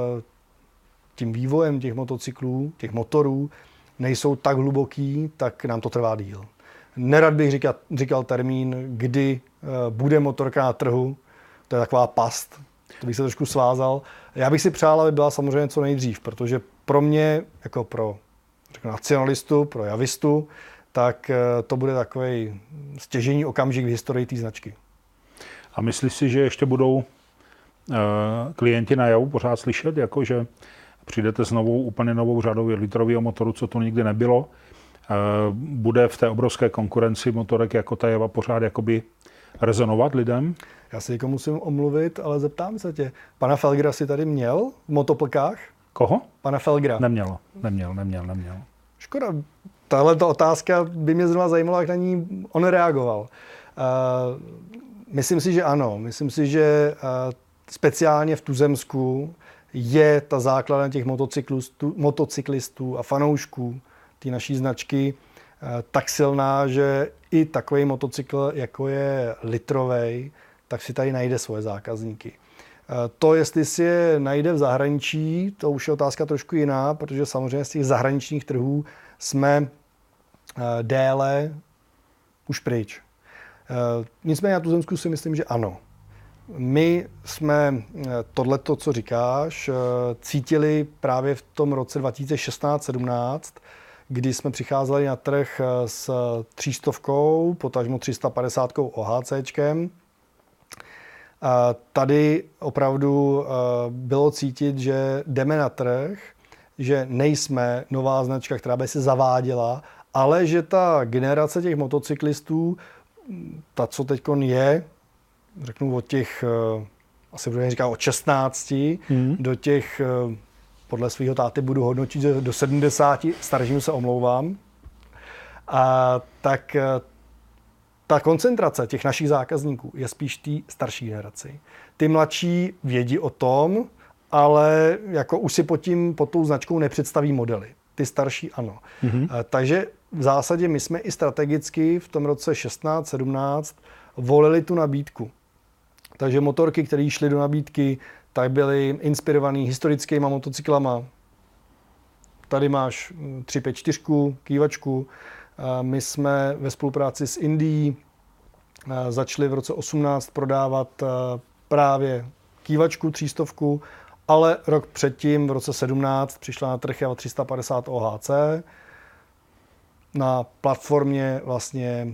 B: tím vývojem těch motocyklů, těch motorů, nejsou tak hluboký, tak nám to trvá díl. Nerad bych říkal, říkal termín, kdy bude motorka na trhu. To je taková past. To bych se trošku svázal. Já bych si přál, aby byla samozřejmě co nejdřív, protože pro mě, jako pro řeknu, nacionalistu, pro javistu, tak to bude takový stěžejní okamžik v historii té značky.
A: A myslíš si, že ještě budou uh, klienti na javu pořád slyšet, jako že přijdete s novou, úplně novou řadou litrového motoru, co to nikdy nebylo. Uh, bude v té obrovské konkurenci motorek jako ta Java pořád jakoby rezonovat lidem?
B: Já si jako musím omluvit, ale zeptám se tě. Pana Felgra si tady měl v motoplkách?
A: Koho?
B: Pana Felgra.
A: Neměl, neměl, neměl, neměl.
B: Škoda. Tahle ta otázka by mě zrovna zajímala, jak na ní on reagoval. Uh, myslím si, že ano. Myslím si, že uh, speciálně v Tuzemsku je ta základna těch motocyklistů, motocyklistů a fanoušků té naší značky uh, tak silná, že i takový motocykl, jako je litrovej, tak si tady najde svoje zákazníky. To, jestli si je najde v zahraničí, to už je otázka trošku jiná, protože samozřejmě z těch zahraničních trhů jsme déle už pryč. Nicméně na Tuzemsku si myslím, že ano. My jsme tohleto, co říkáš, cítili právě v tom roce dva tisíce šestnáct sedmnáct, kdy jsme přicházeli na trh s třístovkou, potažmo tři sta padesátkou OHCčkem. Tady opravdu bylo cítit, že jdeme na trh, že nejsme nová značka, která by se zaváděla, ale že ta generace těch motocyklistů, ta, co teď je, řeknu od těch, asi budu říkat od šestnácti, hmm. do těch, podle svého táty budu hodnotit do sedmdesáti, starším se omlouvám, a tak ta koncentrace těch našich zákazníků je spíš té starší generaci. Ty mladší vědí o tom, ale jako už si pod, tím, pod tou značkou nepředstaví modely. Ty starší ano. Mm-hmm. Takže v zásadě my jsme i strategicky v tom roce šestnáct sedmnáct volili tu nabídku. Takže motorky, které šly do nabídky, tak byly inspirované historickýma motocyklama. Tady máš tři pět čtyři, kývačku. My jsme ve spolupráci s Indií začali v roce osmnáct prodávat právě kývačku třístovku, ale rok předtím, v roce sedmnáct, přišla na trh Java tři sta padesát O H C na platformě vlastně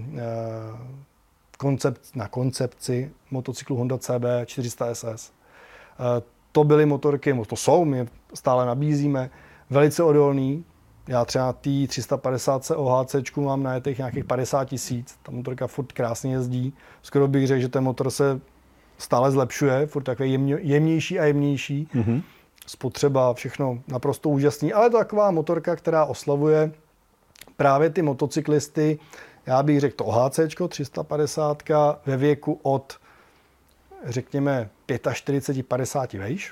B: koncept, na koncepci motocyklu Honda C B čtyři sta S S. To byly motorky, to jsou, my stále nabízíme, velice odolný. Já třeba na té tři sta padesát O H C mám najetých nějakých padesát tisíc. Ta motorka furt krásně jezdí. Skoro bych řekl, že ten motor se stále zlepšuje, furt takový jemně, jemnější a jemnější. Mm-hmm. Spotřeba, všechno naprosto úžasný. Ale to je taková motorka, která oslavuje právě ty motocyklisty. Já bych řekl to O H C tři sta padesát ve věku od, řekněme, čtyřicet pět padesát vejš.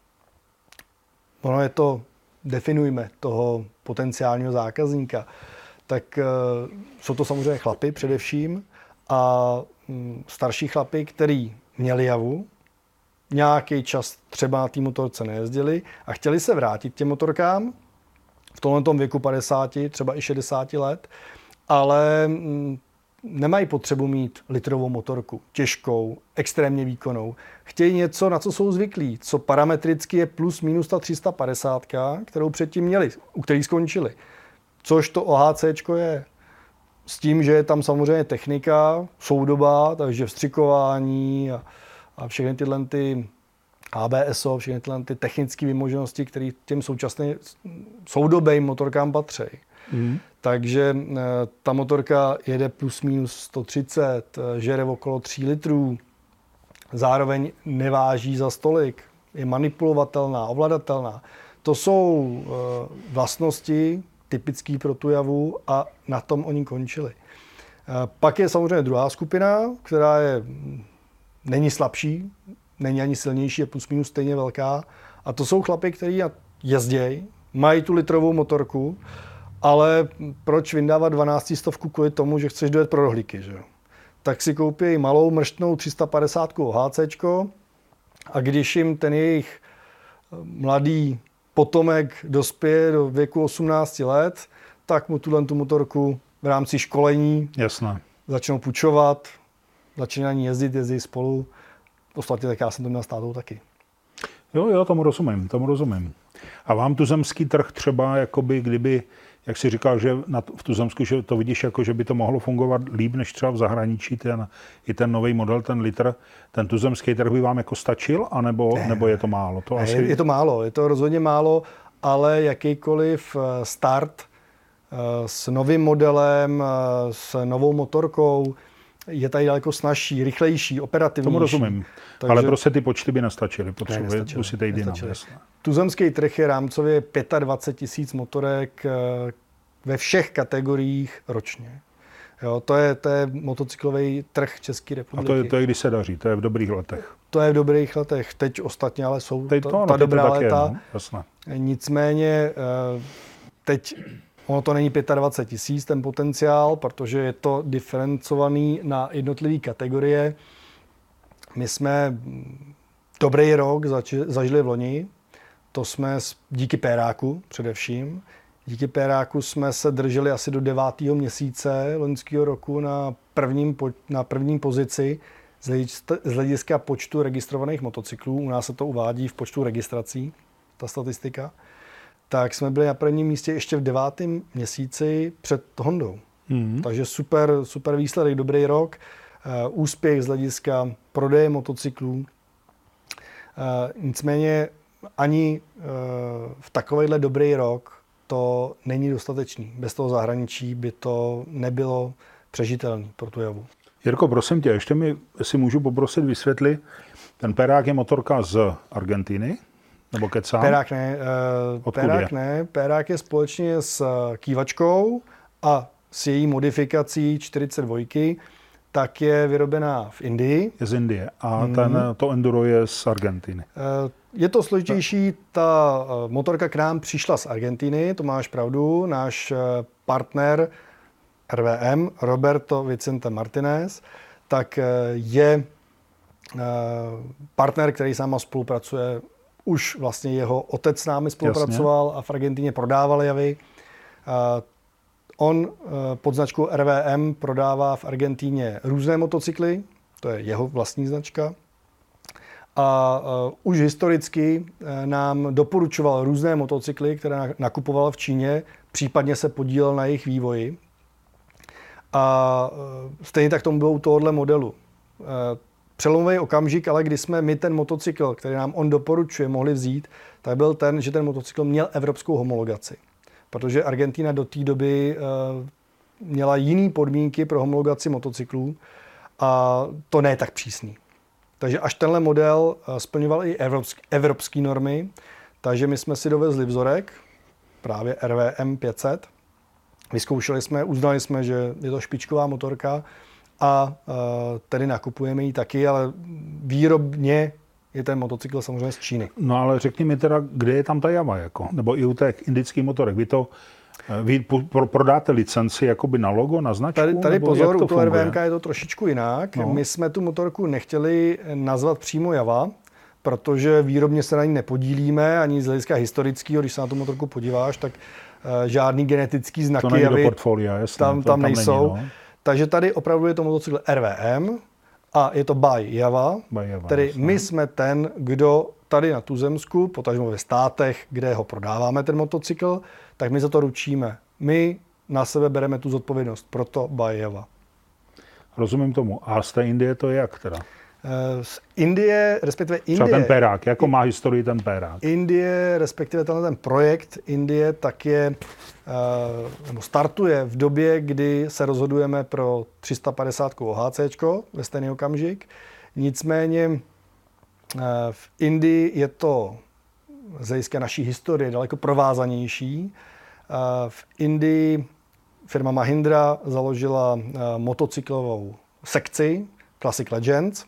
B: Ono je to, definujme toho potenciálního zákazníka, tak uh, jsou to samozřejmě chlapy především a um, starší chlapy, který měli javu, nějaký čas třeba na té motorce nejezdili a chtěli se vrátit k těm motorkám v tomhle věku padesáti, třeba i šedesáti let, ale um, nemají potřebu mít litrovou motorku, těžkou, extrémně výkonnou. Chtějí něco, na co jsou zvyklí, co parametricky je plus minus ta tři sta padesát, kterou předtím měli, u kterých skončili. Což to O H C je. S tím, že je tam samozřejmě technika, soudoba, takže vstřikování a, a všechny tyhle ty A B S O, všechny tyhle ty technické vymoženosti, které těm současným soudobým motorkám patří. Mm. Takže ta motorka jede plus minus sto třicet, žere okolo tři litrů, zároveň neváží za stolik, je manipulovatelná, ovladatelná. To jsou vlastnosti typické pro tu javu a na tom oni končili. Pak je samozřejmě druhá skupina, která je, není slabší, není ani silnější, je plus minus stejně velká. A to jsou chlapi, kteří jezdějí, mají tu litrovou motorku, ale proč vyndávat dvanáctistovku kvůli tomu, že chceš dojet pro rohlíky, že? Tak si koupí malou mrštnou tři sta padesát HCčko a když jim ten jejich mladý potomek dospěje do věku osmnáct let, tak mu tuhle tu motorku v rámci školení
A: Jasné.
B: začnou půjčovat, začínají na ní jezdit, jezdí spolu. Ostatně tak já jsem to měl s tátou taky.
A: Jo, jo, tomu rozumím, tomu rozumím. A vám tuzemský trh třeba, jakoby, kdyby, jak jsi říkal, že na t- v tuzemsku, že to vidíš, jako, že by to mohlo fungovat líp, než třeba v zahraničí, ten, i ten nový model, ten litr, ten tuzemský trh by vám jako stačil, anebo, ne, nebo je to málo? To
B: ne,
A: asi...
B: je, je to málo, je to rozhodně málo, ale jakýkoliv start s novým modelem, s novou motorkou, je tady daleko snazší, rychlejší, operativnější.
A: Tomu rozumím, takže... ale prostě ty počty by nestačily, potřebuje, musíte jít jinam.
B: Tuzemský trh je rámcově dvacet pět tisíc motorek ve všech kategoriích ročně. Jo, to je, to je motocyklový trh České republiky.
A: A to je, to je, když se daří, to je v dobrých letech.
B: To je v dobrých letech, teď ostatně ale jsou
A: teď
B: to,
A: to,
B: ta
A: no,
B: dobrá
A: to
B: léta.
A: Je, no, jasné.
B: Nicméně teď ono to není dvacet pět tisíc ten potenciál, protože je to diferencovaný na jednotlivé kategorie. My jsme dobrý rok zači, zažili v loni, to jsme díky péráku především. Díky péráku jsme se drželi asi do devátého měsíce loňského roku na prvním, na prvním pozici z hlediska počtu registrovaných motocyklů. U nás se to uvádí v počtu registrací, ta statistika. Tak jsme byli na prvním místě ještě v devátém měsíci před Hondou. Mm. Takže super, super výsledek, dobrý rok. Uh, úspěch z hlediska prodeje motocyklů. Uh, nicméně ani uh, v takovýhle dobrý rok to není dostatečný. Bez toho zahraničí by to nebylo přežitelné pro tu javu.
A: Jirko, prosím tě, ještě mi si můžu poprosit vysvětlit, ten Perák je motorka z Argentiny? Nebo kecám?
B: Perák ne. Uh, Perák je? ne. Perák je společně s kývačkou a s její modifikací čtyřicet dva, tak je vyrobená v Indii.
A: Je z Indie. A hmm. ten, to enduro je z Argentiny.
B: Uh, je to složitější. Ta motorka k nám přišla z Argentiny, to máš pravdu. Náš partner R V M, Roberto Vicente Martinez, tak je partner, který s náma spolupracuje. Už vlastně jeho otec s námi spolupracoval Jasně. a v Argentině prodával javy. On pod značkou R V M prodává v Argentíně různé motocykly, to je jeho vlastní značka. A už historicky nám doporučoval různé motocykly, které nakupoval v Číně, případně se podílel na jejich vývoji. A stejně tak tomu bylo u tohohle modelu. Přelomový okamžik, ale když jsme my ten motocykl, který nám on doporučuje, mohli vzít, tak byl ten, že ten motocykl měl evropskou homologaci. Protože Argentina do té doby uh, měla jiné podmínky pro homologaci motocyklů a to ne tak přísný. Takže až tenhle model uh, splňoval i evropský, evropské normy, takže my jsme si dovezli vzorek, právě R V M pět set. Vyzkoušeli jsme, uznali jsme, že je to špičková motorka, a uh, tedy nakupujeme ji taky, ale výrobně je ten motocykl samozřejmě z Číny.
A: No ale řekni mi teda, kde je tam ta java, jako? Nebo i u těch indických motorek. Vy to vy pro, prodáte licenci jakoby na logo, na značku?
B: Tady, tady pozor, u toho R V M je to trošičku jinak. No. My jsme tu motorku nechtěli nazvat přímo java, protože výrobně se na ní nepodílíme, ani z hlediska historického, když se na tu motorku podíváš, tak uh, žádný genetický znaky
A: to
B: javy
A: do portfolia, jasně,
B: tam, tam, tam nejsou.
A: Není, no.
B: Takže tady opravdu je to motocykl R V M a je to by Java.
A: By Java
B: tedy
A: jasný.
B: my jsme ten, kdo tady na tuzemsku, potažmo ve státech, kde ho prodáváme ten motocykl, tak my za to ručíme. My na sebe bereme tu zodpovědnost, proto by Java.
A: Rozumím tomu. A z té Indie to je jak teda?
B: Z Indie, respektive Indie...
A: Třeba ten Pérák, jako má historii ten Pérák?
B: Indie, respektive tenhle ten projekt Indie, tak je, nebo startuje v době, kdy se rozhodujeme pro tři sta padesát OHCčko ve stejný okamžik. Nicméně v Indii je to z hlediska naší historie daleko provázanější. V Indii firma Mahindra založila motocyklovou sekci Classic Legends,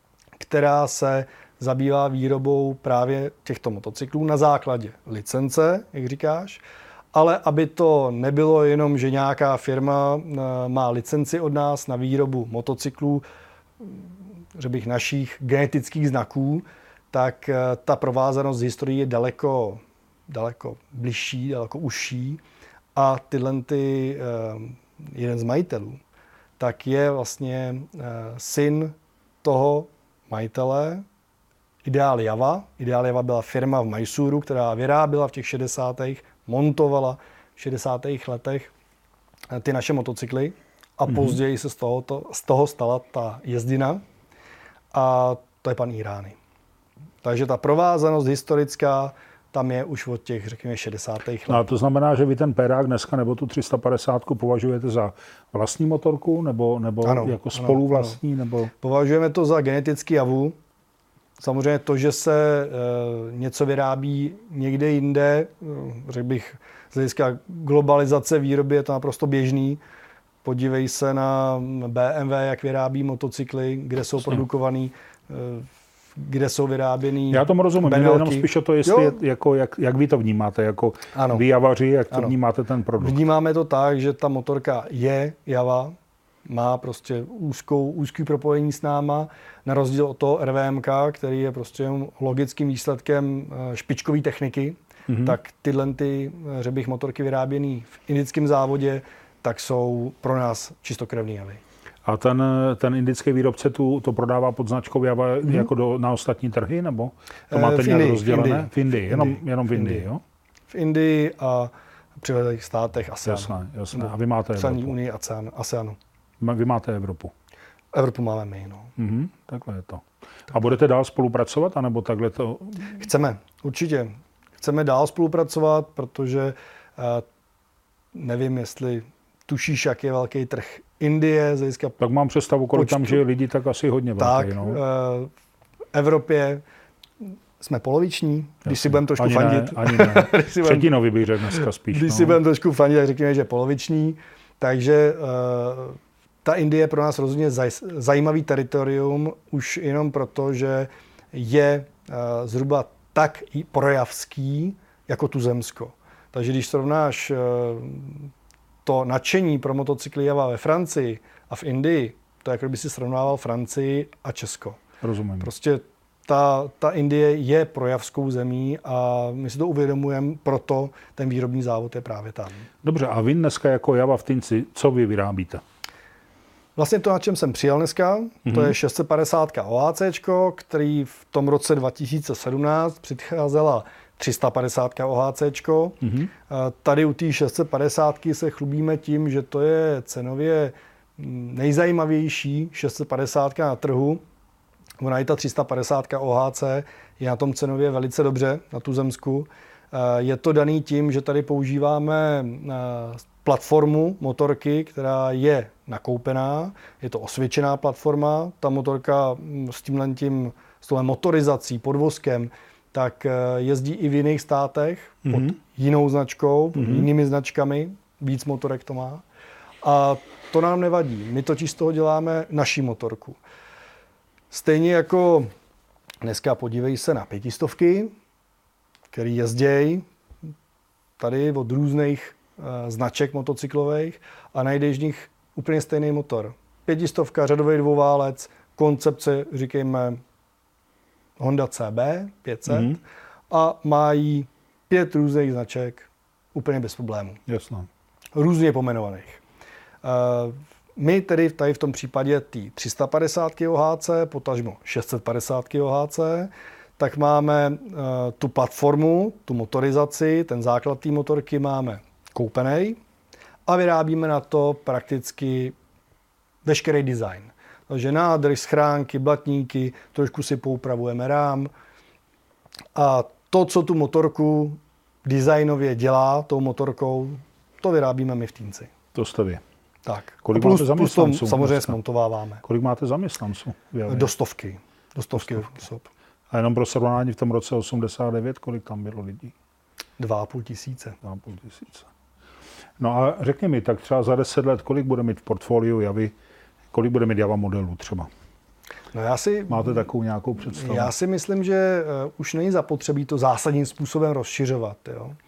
B: která se zabývá výrobou právě těchto motocyklů na základě licence, jak říkáš, ale aby to nebylo jenom, že nějaká firma má licenci od nás na výrobu motocyklů, řekl bych našich genetických znaků, tak ta provázanost z historií je daleko, daleko bližší, daleko užší a tyhle ty, jeden z majitelů, tak je vlastně syn toho majitele, Ideal Java. Ideal Java byla firma v Mysuru, která vyráběla v těch šedesátých montovala v šedesátých letech ty naše motocykly a mm-hmm. později se z toho, to, z toho stala ta jezdina a to je pan Irány. Takže ta provázanost historická tam je už od těch, řekněme, šedesátých let.
A: No, to znamená, že vy ten Pérák dneska nebo tu tři sta padesát považujete za vlastní motorku nebo, nebo
B: ano,
A: jako spoluvlastní?
B: Ano.
A: Nebo...
B: Považujeme to za genetický javu. Samozřejmě to, že se e, něco vyrábí někde jinde, řekl bych, z hlediska globalizace výroby je to naprosto běžný. Podívej se na bé em vé, jak vyrábí motocykly, kde jsou Jasně. produkovaný, e, kde jsou vyráběný.
A: Já tomu rozumím, jde jenom spíš o to, jestli je, jako, jak, jak vy to vnímáte, jako ano. vy javaři, jak to ano. vnímáte ten produkt.
B: Vnímáme to tak, že ta motorka je Java, má prostě úzkou, úzký propojení s náma, na rozdíl od toho er vé em ká, který je prostě logickým výsledkem špičkové techniky, mm-hmm. tak tyhle ty, řekl bych, motorky vyráběné v indickém závodě, tak jsou pro nás čistokrevný javy.
A: A ten, ten indický výrobce tu, to prodává pod značkou Java mm-hmm. jako do, na ostatní trhy, nebo to máte
B: v
A: nějak
B: Indii,
A: rozdělené?
B: V Indii.
A: V Indii, jenom,
B: Indii.
A: jenom v Indii,
B: Indii.
A: jo?
B: V Indii a přilehlých státech ASEANu.
A: Jasné, jasné. A vy máte
B: Evropu.
A: Evropu.
B: Unii ASEANu.
A: Vy máte Evropu.
B: Evropu máme my, no.
A: Mm-hmm, takhle je to. A budete dál spolupracovat, anebo takhle to?
B: Chceme, určitě. Chceme dál spolupracovat, protože uh, nevím, jestli tušíš, jak je velký trh Indie. Zajistka
A: tak mám představu, kolik počtu. Tam žije lidi, tak asi hodně velký.
B: Tak,
A: no.
B: uh, v Evropě jsme poloviční, Jasně. když si budeme trošku
A: ani
B: fandit.
A: Ne, ani ne. Třetinový bych řekl dneska spíš.
B: Když
A: no.
B: si budeme trošku fandit, tak řekněme, že poloviční. Takže uh, ta Indie je pro nás rozhodně zaj, zajímavý teritorium, už jenom proto, že je uh, zhruba tak i projavský, jako Tuzemsko. Takže když srovnáš uh, to nadšení pro motocykly Java ve Francii a v Indii, to je jako by si srovnával Francii a Česko.
A: Rozumím.
B: Prostě ta, ta Indie je projavskou zemí a my si to uvědomujeme, proto ten výrobní závod je právě tam.
A: Dobře, a vy dneska jako Java v Tinci, co vy vyrábíte?
B: Vlastně to, na čem jsem přijel dneska, mm-hmm. to je šest set padesát OHCčko, který v tom roce dva tisíce sedmnáct předcházela tři sta padesát OHCčko. Mm-hmm. Tady u té šest set padesát se chlubíme tím, že to je cenově nejzajímavější šest set padesát na trhu. Ona i ta tři sta padesát O H C je na tom cenově velice dobře, na Tuzemsku. Je to daný tím, že tady používáme platformu motorky, která je nakoupená. Je to osvědčená platforma. Ta motorka s tímhletím, s touhle motorizací, podvozkem, tak jezdí i v jiných státech pod mm-hmm. jinou značkou, pod mm-hmm. jinými značkami. Víc motorek to má. A to nám nevadí. My totiž z toho děláme naši motorku. Stejně jako dneska podívej se na pětistovky, který jezdějí tady od různých uh, značek motocyklových a najdeš v nich úplně stejný motor. Pětistovka, řadový dvouválec, koncepce, říkejme Honda C B pět set mm-hmm. a mají pět různých značek úplně bez problémů.
A: Jasně.
B: Různě pomenovaných. Uh, My tedy tady v tom případě ty tři sta padesát O H C, potažmo šest set padesát O H C, tak máme uh, tu platformu, tu motorizaci, ten základ té motorky máme koupený a vyrábíme na to prakticky veškerý design. Takže nádrž, schránky, blatníky, trošku si poupravujeme rám. A to, co tu motorku designově dělá tou motorkou, to vyrábíme my v Týnci.
A: To jste vy.
B: Tak.
A: Kolik
B: plus,
A: máte zaměstnanců?
B: Plus samozřejmě smontováváme.
A: Kolik máte zaměstnanců?
B: Do stovky. Do stovky. Do stovky.
A: A jenom pro srovnání v tom roce osmdesát devět, kolik tam bylo lidí?
B: Dva a půl tisíce.
A: Dva a půl tisíce. No a řekni mi, tak třeba za deset let, kolik bude mít v portfoliu Javy, kolik bude mít Java modelů třeba?
B: No já si,
A: Máte takovou nějakou představu?
B: Já si myslím, že uh, už není zapotřebí to zásadním způsobem rozšiřovat. Jo? Uh,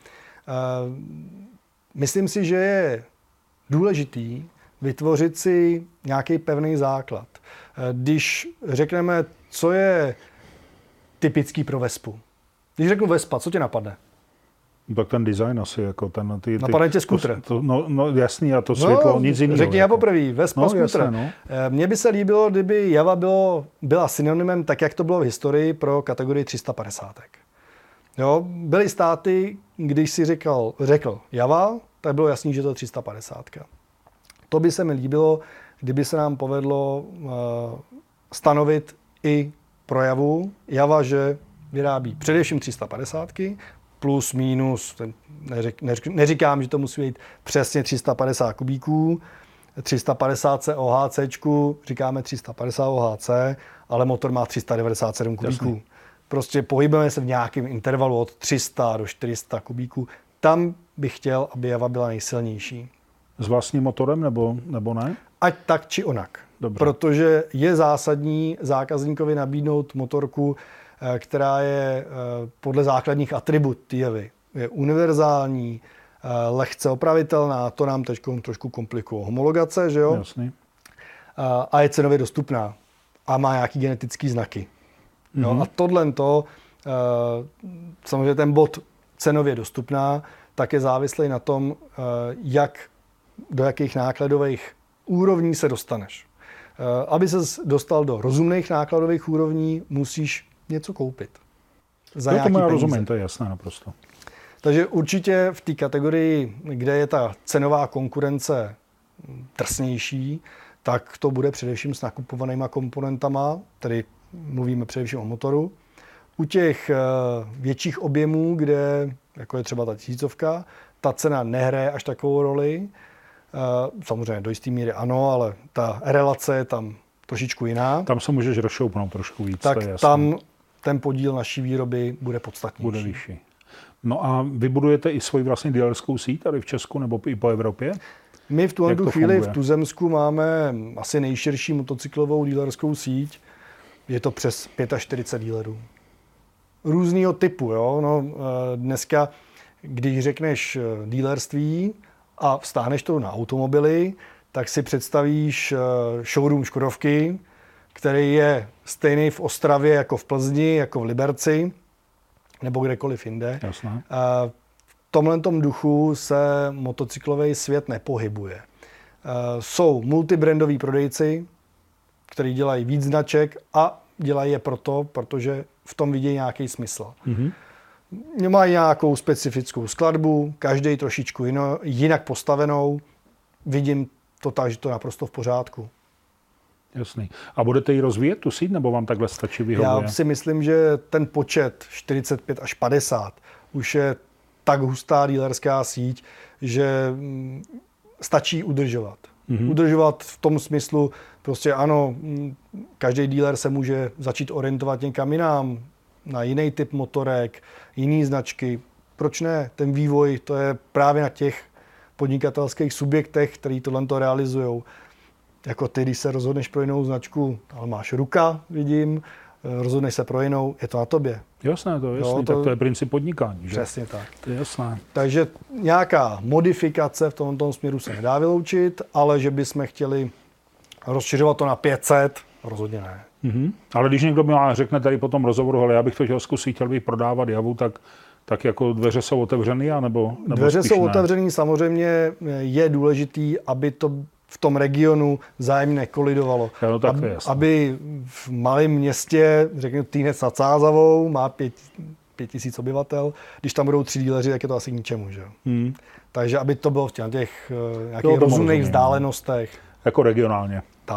B: myslím si, že je důležitý vytvořit si nějaký pevný základ. Uh, když řekneme, co je typický pro Vespu. Když řeknu Vespa, co tě napadne?
A: No, tak ten design asi, jako ten... Ty, ty,
B: napadne tě skútr.
A: No, no jasný, a to světlo, no, nic jiného.
B: Řekni
A: jako.
B: já poprvé, Vespa,
A: no,
B: skútr. No. Mně by se líbilo, kdyby Java bylo, byla synonymem, tak jak to bylo v historii, pro kategorii tři sta padesát. Jo, byly státy, když si řekl, řekl Java, tak bylo jasný, že to je tři sta padesát. To by se mi líbilo, kdyby se nám povedlo uh, stanovit i pro Javu. Java, že vyrábí především tři sta padesát, plus, minus, neřek, neříkám, že to musí být přesně tři sta padesát kubíků, tři sta padesát O H C, říkáme tři sta padesát O H C, ale motor má tři sta devadesát sedm kubíků. Jasný. Prostě pohybujeme se v nějakém intervalu od tři sta do čtyři sta kubíků. Tam bych chtěl, aby Java byla nejsilnější.
A: S vlastním motorem nebo, nebo ne?
B: Ať tak či onak. Dobře. Protože je zásadní zákazníkovi nabídnout motorku, která je podle základních atribut Javy. Je univerzální, lehce opravitelná, to nám teď trošku komplikuje homologace, že jo?
A: Jasný.
B: A je cenově dostupná a má nějaký genetický znaky. Mm-hmm. Jo? A tohle to, samozřejmě ten bod cenově dostupná, tak je závislý na tom, jak, do jakých nákladových úrovní se dostaneš. Aby ses dostal do rozumných nákladových úrovní, musíš něco koupit.
A: Za no, to já rozumím, to je jasné naprosto.
B: Takže určitě v té kategorii, kde je ta cenová konkurence drsnější, tak to bude především s nakupovanýma komponentama, tedy mluvíme především o motoru. U těch větších objemů, kde, jako je třeba ta tisícovka, ta cena nehraje až takovou roli. Samozřejmě do jisté míry ano, ale ta relace je tam trošičku jiná.
A: Tam se můžeš rozšoupnout trošku víc.
B: Tak
A: to je jasné.
B: Tam ten podíl naší výroby bude podstatnější.
A: Bude vyšší. No a vybudujete i svoji vlastní dealerskou síť tady v Česku nebo i po Evropě?
B: My v tuhle tu chvíli funguje? V Tuzemsku máme asi nejširší motocyklovou dealerskou síť. Je to přes čtyřicet pět dealerů. Různýho typu. Jo? No, dneska, když řekneš dealerství a vztáhneš to na automobily, tak si představíš showroom Škodovky, který je stejný v Ostravě jako v Plzni, jako v Liberci, nebo kdekoliv jinde.
A: Jasné.
B: V tomhletom duchu se motocyklový svět nepohybuje. Jsou multibrandoví prodejci, kteří dělají víc značek a dělají je proto, protože v tom vidí nějaký smysl. Mm-hmm. Mají nějakou specifickou skladbu, každý trošičku jino, jinak postavenou. Vidím to tak, že to je naprosto v pořádku.
A: Jasný. A budete ji rozvíjet tu síť, nebo vám takhle stačí vyhovuje?
B: Já si myslím, že ten počet čtyřicet pět až padesát už je tak hustá dealerská síť, že stačí udržovat. Mm-hmm. Udržovat v tom smyslu, prostě ano, každý dealer se může začít orientovat někam jinam, na jiný typ motorek, jiný značky. Proč ne? Ten vývoj, to je právě na těch podnikatelských subjektech, který tohle realizují. Jako ty, když se rozhodneš pro jinou značku, ale máš ruka, vidím, rozhodneš se pro jinou, je to na tobě.
A: Jasné, to je jasný, jo, to, tak to je princip podnikání. Že?
B: Přesně tak.
A: To je jasné.
B: Takže nějaká modifikace v tomto směru se nedá vyloučit, ale že bychom chtěli rozšiřovat to na pět set, rozhodně ne.
A: Mm-hmm. Ale když někdo mi řekne tady po tom rozhovoru, ale já bych to chtěl zkusit, chtěl bych prodávat Javu, tak, tak jako dveře jsou otevřený, anebo, nebo
B: dveře jsou
A: ne?
B: otevřený, samozřejmě je důležitý, aby to v tom regionu vzájemně nekolidovalo.
A: Ja, no, tak
B: aby,
A: to je jasné.
B: aby v malém městě, řekněme Týnec nad Sázavou, má pět, pět tisíc obyvatel, když tam budou tři díleři, tak je to asi k ničemu. Že? Hmm. Takže aby to bylo v těch, těch nějakých rozumných vzdálenostech.
A: Jako regionálně.
B: Tak.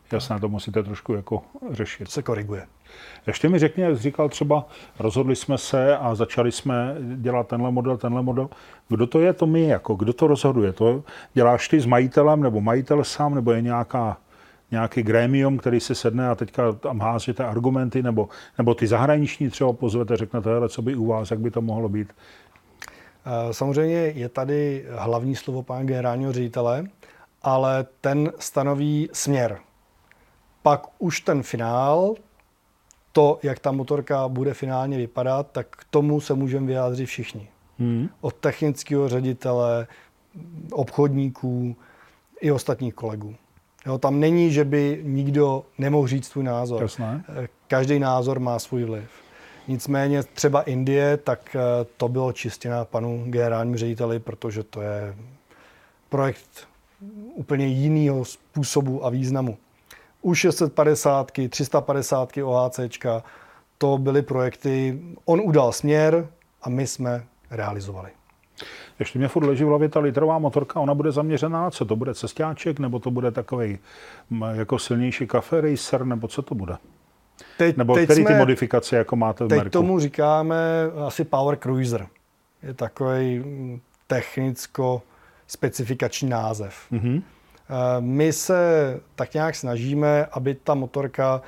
A: Jasně, to musíte trošku jako řešit.
B: To se koriguje.
A: Ještě mi řekni, jak jsi říkal třeba, rozhodli jsme se a začali jsme dělat tenhle model, tenhle model. Kdo to je, to my, jako, kdo to rozhoduje? To děláš ty s majitelem, nebo majitel sám, nebo je nějaká, nějaký grémium, který si sedne a teďka tam házíte argumenty, nebo, nebo ty zahraniční třeba pozvete, řeknete, hele, co by u vás, jak by to mohlo být?
B: Samozřejmě je tady hlavní slovo pana generálního ředitele, ale ten stanoví směr. Pak už ten finál, to, jak ta motorka bude finálně vypadat, tak k tomu se můžeme vyjádřit všichni. Hmm. Od technického ředitele, obchodníků i ostatních kolegů. Jo, tam není, že by nikdo nemohl říct svůj názor.
A: Jasné.
B: Každý názor má svůj vliv. Nicméně třeba Indie, tak to bylo čistě na panu generálnímu řediteli, protože to je projekt úplně jiného způsobu a významu. U šest set padesát, tři sta padesát OHCčka, to byly projekty, on udal směr a my jsme realizovali.
A: Ještě mě furt leží v hlavě ta litrová motorka, ona bude zaměřená na co? To bude cestáček, nebo to bude takovej jako silnější cafe racer, nebo co to bude? Teď, nebo teď který jsme, ty modifikace jako máte v
B: teď
A: Merku?
B: Teď tomu říkáme asi Power Cruiser. Je takový technicko-specifikační název. Mm-hmm. My se tak nějak snažíme, aby ta motorka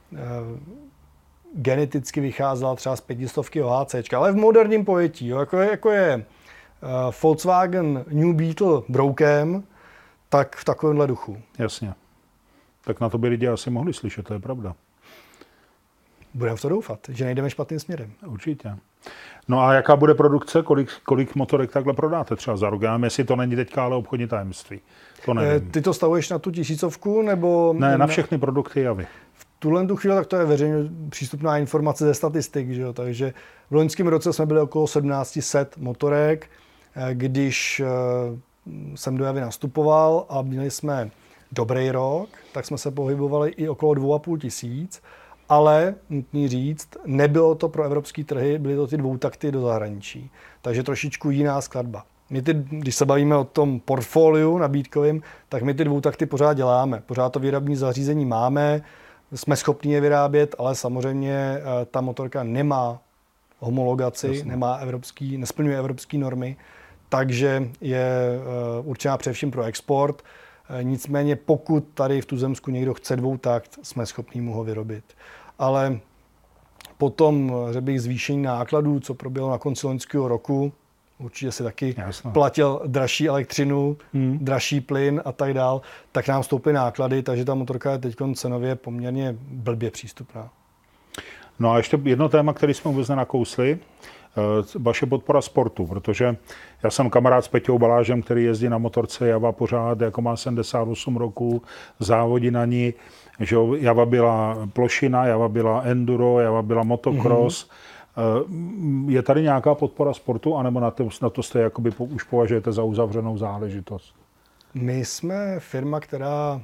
B: geneticky vycházela třeba z pětistovky OHCčka, ale v moderním pojetí, jo, jako je, jako je Volkswagen New Beetle broukem, tak v takovémhle duchu.
A: Jasně. Tak na to by lidi asi mohli slyšet, to je pravda.
B: Budeme v to doufat, že nejdeme špatným směrem.
A: Určitě. No a jaká bude produkce? Kolik, kolik motorek takhle prodáte třeba za rok? Já nevím, jestli to není teďka ale obchodní tajemství. To nevím.
B: Ty to stavuješ na tu tisícovku? Nebo
A: ne, na všechny produkty javy.
B: V tuhle tu chvíli tak to je veřejně přístupná informace ze statistik. Že jo? Takže v loňském roce jsme byli okolo sedmnáct set motorek. Když jsem do javy nastupoval a měli jsme dobrý rok, tak jsme se pohybovali i okolo dvou a půl tisíc. Ale, nutný říct, nebylo to pro evropský trhy, byly to ty dvoutakty do zahraničí. Takže trošičku jiná skladba. My ty, když se bavíme o tom portfoliu nabídkovým, tak my ty dvoutakty pořád děláme. Pořád to výrobní zařízení máme, jsme schopni je vyrábět, ale samozřejmě ta motorka nemá homologaci, Jasně. nemá evropský, nesplňuje evropské normy, takže je určená především pro export. Nicméně pokud tady v tuzemsku někdo chce dvoutakt, jsme schopni mu ho vyrobit. Ale potom, řekl bych, zvýšení nákladů, co proběhlo na konci loňského roku, určitě si taky Jasně. platil dražší elektřinu, hmm. dražší plyn a tak dál, tak nám stouply náklady, takže ta motorka je teď cenově poměrně blbě přístupná.
A: No a ještě jedno téma, který jsme vůbec nenakousli, vaše podpora sportu, protože já jsem kamarád s Peťou Balážem, který jezdí na motorce Java pořád, jako má sedmdesát osm roků, závodí na ní, že Java byla plošina, Java byla enduro, Java byla motocross. Mm-hmm. Je tady nějaká podpora sportu, anebo na to, na to jste jakoby už považujete za uzavřenou záležitost?
B: My jsme firma, která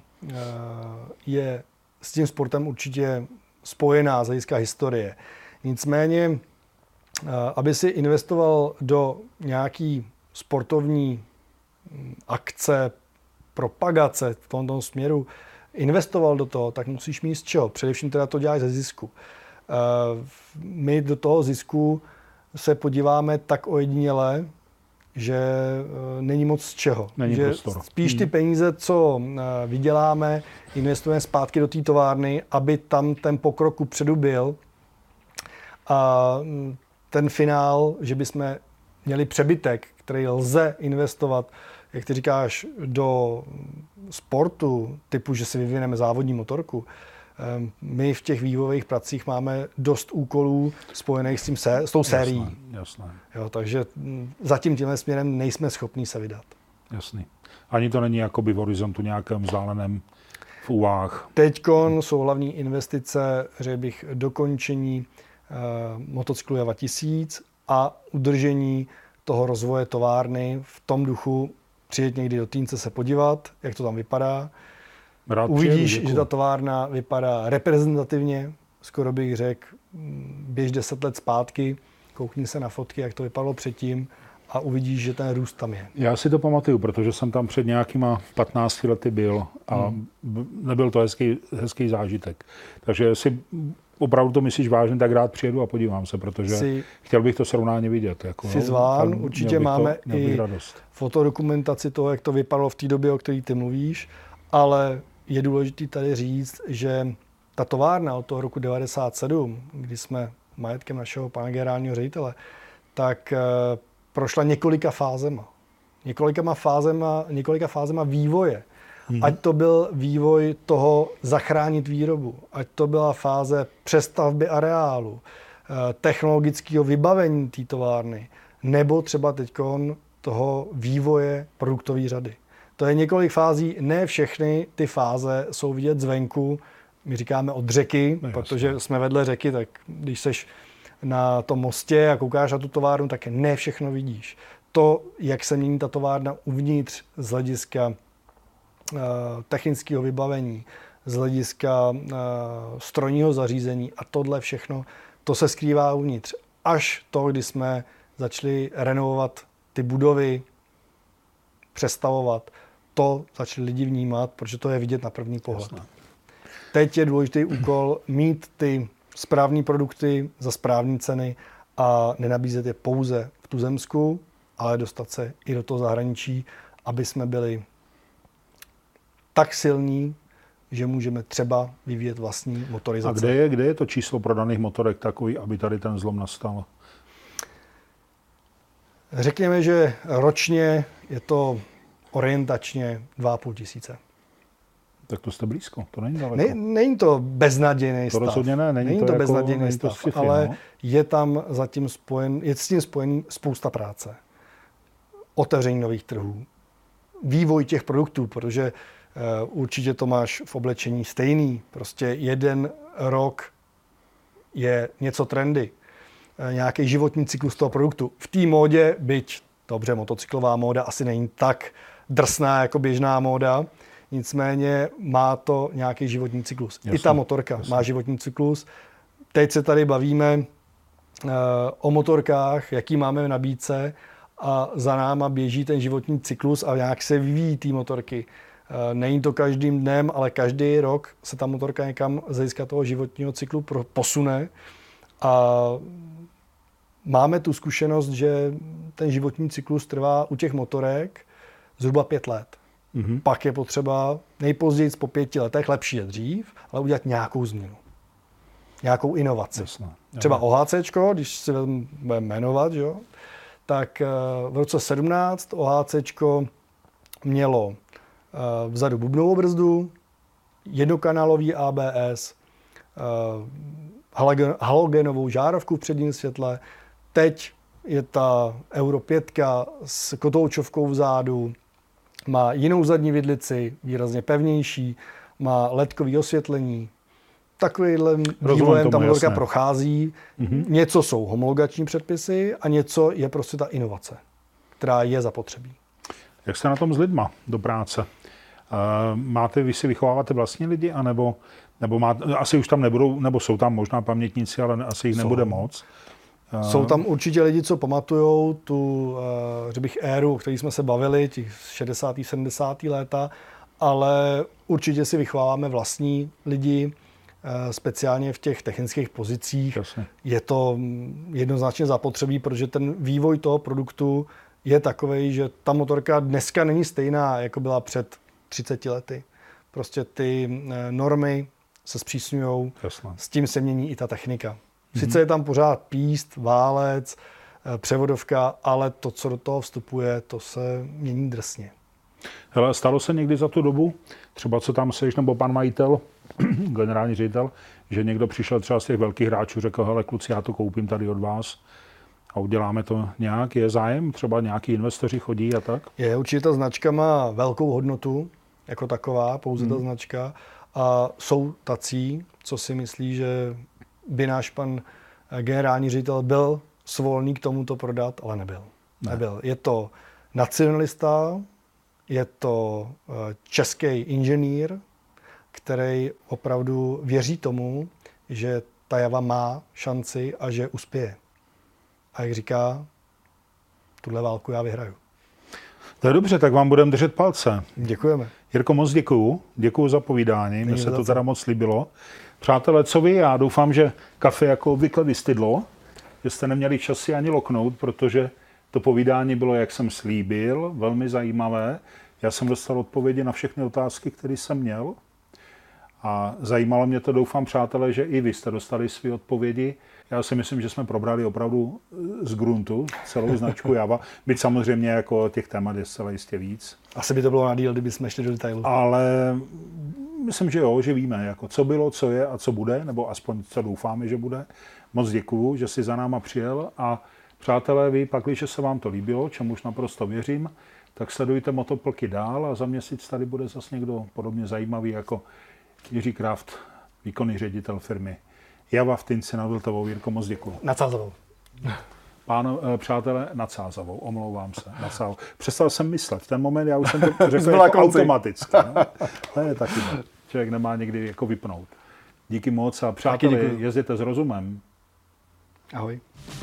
B: je s tím sportem určitě spojená z hlediska historie. Nicméně aby si investoval do nějaký sportovní akce, propagace v tomto směru, investoval do toho, tak musíš mít z čeho. Především teda to děláš ze zisku. My do toho zisku se podíváme tak ojediněle, že není moc z čeho.
A: Není
B: že
A: prostor.
B: Spíš ty peníze, co vyděláme, investujeme zpátky do té továrny, aby tam ten pokrok kupředu byl. A ten finál, že bychom měli přebytek, který lze investovat, jak ty říkáš, do sportu, typu, že si vyvineme závodní motorku. My v těch vývojových pracích máme dost úkolů spojených s, tím sé, s tou sérií.
A: Jasné, jasné.
B: Jo, takže zatím tímhle směrem nejsme schopni se vydat.
A: Jasný. Ani to není jakoby v horizontu nějakém vzdáleném v úvahách.
B: Teďkon jsou hlavní investice, řekl bych, dokončení motocyklu Java tisíc a udržení toho rozvoje továrny v tom duchu přijet někdy do Týnce se podívat, jak to tam vypadá.
A: Rád
B: Uvidíš,
A: přijedu,
B: že ta továrna vypadá reprezentativně, skoro bych řekl, běž deset let zpátky, koukni se na fotky, jak to vypadalo předtím a uvidíš, že ten růst tam je.
A: Já si to pamatuju, protože jsem tam před nějakýma patnácti lety byl a hmm. nebyl to hezký, hezký zážitek. Takže jestli opravdu to myslíš vážně, tak rád přijedu a podívám se, protože si, chtěl bych to srovnání vidět. Jako,
B: jsi zván, určitě máme
A: to,
B: i
A: radost.
B: Fotodokumentaci toho, jak to vypadalo v té době, o které ty mluvíš, ale je důležité tady říct, že ta továrna od toho roku devadesát sedm, kdy jsme majetkem našeho pana generálního ředitele, tak prošla několika fázema. Několika fázema, několika fázema vývoje. Hmm. Ať to byl vývoj toho zachránit výrobu, ať to byla fáze přestavby areálu, technologického vybavení té továrny, nebo třeba teďkon toho vývoje produktové řady. To je několik fází, ne všechny ty fáze jsou vidět zvenku, my říkáme od řeky, no, protože jsme vedle řeky, tak když seš na tom mostě a koukáš na tu továrnu, tak ne všechno vidíš. To, jak se mění ta továrna uvnitř z hlediska uh, technického vybavení, z hlediska uh, strojního zařízení a tohle všechno, to se skrývá uvnitř. Až to, kdy jsme začali renovovat ty budovy, přestavovat, to začali lidi vnímat, protože to je vidět na první pohled. Jasné. Teď je důležitý úkol mít ty správné produkty za správné ceny a nenabízet je pouze v tuzemsku, ale dostat se i do toho zahraničí, aby jsme byli tak silní, že můžeme třeba vyvíjet vlastní motorizace.
A: A kde je, kde je to číslo prodaných motorek takový, aby tady ten zlom nastal?
B: Řekněme, že ročně je to orientačně dva a půl tisíce.
A: Tak to jste blízko, to není daleko.
B: Ne, není to beznadějný stav.
A: To rozhodně ne, není,
B: není
A: to,
B: to
A: jako,
B: beznadějný
A: není
B: stav,
A: to sci-fi,
B: ale
A: no?
B: je tam zatím spojen, je s tím spojený spousta práce. Otevření nových trhů, vývoj těch produktů, protože uh, určitě to máš v oblečení stejný. Prostě jeden rok je něco trendy, uh, nějaký životní cyklus toho produktu. V té módě, byť dobře, motocyklová móda asi není tak drsná jako běžná móda, nicméně má to nějaký životní cyklus. Jasně, I ta motorka jasně. má životní cyklus. Teď se tady bavíme uh, o motorkách, jaký máme v nabídce a za náma běží ten životní cyklus a nějak se vyvíjí ty motorky. Uh, není to každým dnem, ale každý rok se ta motorka někam z hlediska toho životního cyklu posune a máme tu zkušenost, že ten životní cyklus trvá u těch motorek zhruba pět let. Mm-hmm. Pak je potřeba nejpozději po pěti letech, lepší je dřív, ale udělat nějakou změnu. Nějakou inovaci. Jasně. Třeba OHCčko, když si budeme jmenovat, jo, tak v roce sedmnáct OHCčko mělo vzadu bubnovou brzdu, jednokanálový A B S, halogenovou žárovku v předním světle. Teď je ta Euro pět s kotoučovkou vzadu, má jinou zadní vidlici, výrazně pevnější, má ledkový osvětlení. Takovýhle vývojem ta motorka prochází. Mm-hmm. Něco jsou homologační předpisy a něco je prostě ta inovace, která je zapotřebí.
A: Jak jste na tom s lidma do práce? Máte, vy si vychováváte vlastní lidi, anebo, nebo máte, asi už tam nebudou, nebo jsou tam možná pamětníci, ale asi jich jsou. Nebude moc.
B: Jsou tam určitě lidi, co pamatujou tu, řekl bych, éru, o které jsme se bavili, těch šedesátá sedmdesátá léta, ale určitě si vychováváme vlastní lidi, speciálně v těch technických pozicích. Jasně. Je to jednoznačně zapotřebí, protože ten vývoj toho produktu je takovej, že ta motorka dneska není stejná, jako byla před třiceti lety. Prostě ty normy se zpřísňují, s tím se mění i ta technika. Sice je tam pořád píst, válec, převodovka, ale to, co do toho vstupuje, to se mění drsně.
A: Hele, stalo se někdy za tu dobu, třeba co tam seš, nebo pan majitel, generální ředitel, že někdo přišel třeba z těch velkých hráčů, řekl, hele kluci, já to koupím tady od vás a uděláme to nějak, je zájem, třeba nějaký investoři chodí a tak? Je,
B: určitě ta značka má velkou hodnotu, jako taková, pouze hmm. ta značka, a jsou tací, co si myslí, že by náš pan generální ředitel byl svolný k tomuto prodat, ale nebyl. Ne. nebyl. Je to nacionalista, je to český inženýr, který opravdu věří tomu, že ta Java má šanci a že uspěje. A jak říká, tuhle válku já vyhraju.
A: To je dobře, tak vám budeme držet palce.
B: Děkujeme.
A: Jirko, moc děkuju. Děkuju za povídání, mně se to teda moc líbilo. Přátelé, co vy? Já doufám, že kafe jako obvykle vystydlo, že jste neměli čas si ani loknout, protože to povídání bylo, jak jsem slíbil, velmi zajímavé. Já jsem dostal odpovědi na všechny otázky, které jsem měl. A zajímalo mě to, doufám, přátelé, že i vy jste dostali své odpovědi. Já si myslím, že jsme probrali opravdu z gruntu celou značku Java. Byť samozřejmě jako těch témat je zcela jistě víc.
B: Asi by to bylo na díl, kdyby jsme šli do detailu.
A: Ale myslím, že jo, že víme, jako co bylo, co je a co bude, nebo aspoň co doufáme, že bude. Moc děkuju, že jsi za náma přijel a přátelé, vy pak, když se vám to líbilo, čemuž naprosto věřím, tak sledujte Motoplky dál a za měsíc tady bude zase někdo podobně zajímavý jako Jiří Kraft, výkonný ředitel firmy Java v Týnci nad Vltavou. Jirko, moc děkuju.
B: Nad Sázavou.
A: Páno, přátelé, nad Sázavou, omlouvám se. Nad Sázavou. Přestal jsem myslet. V ten moment já už jsem to řekl jako automaticky. No? To je taky. Člověk nemá někdy jako vypnout. Díky moc a přátelé, jezděte s rozumem.
B: Ahoj.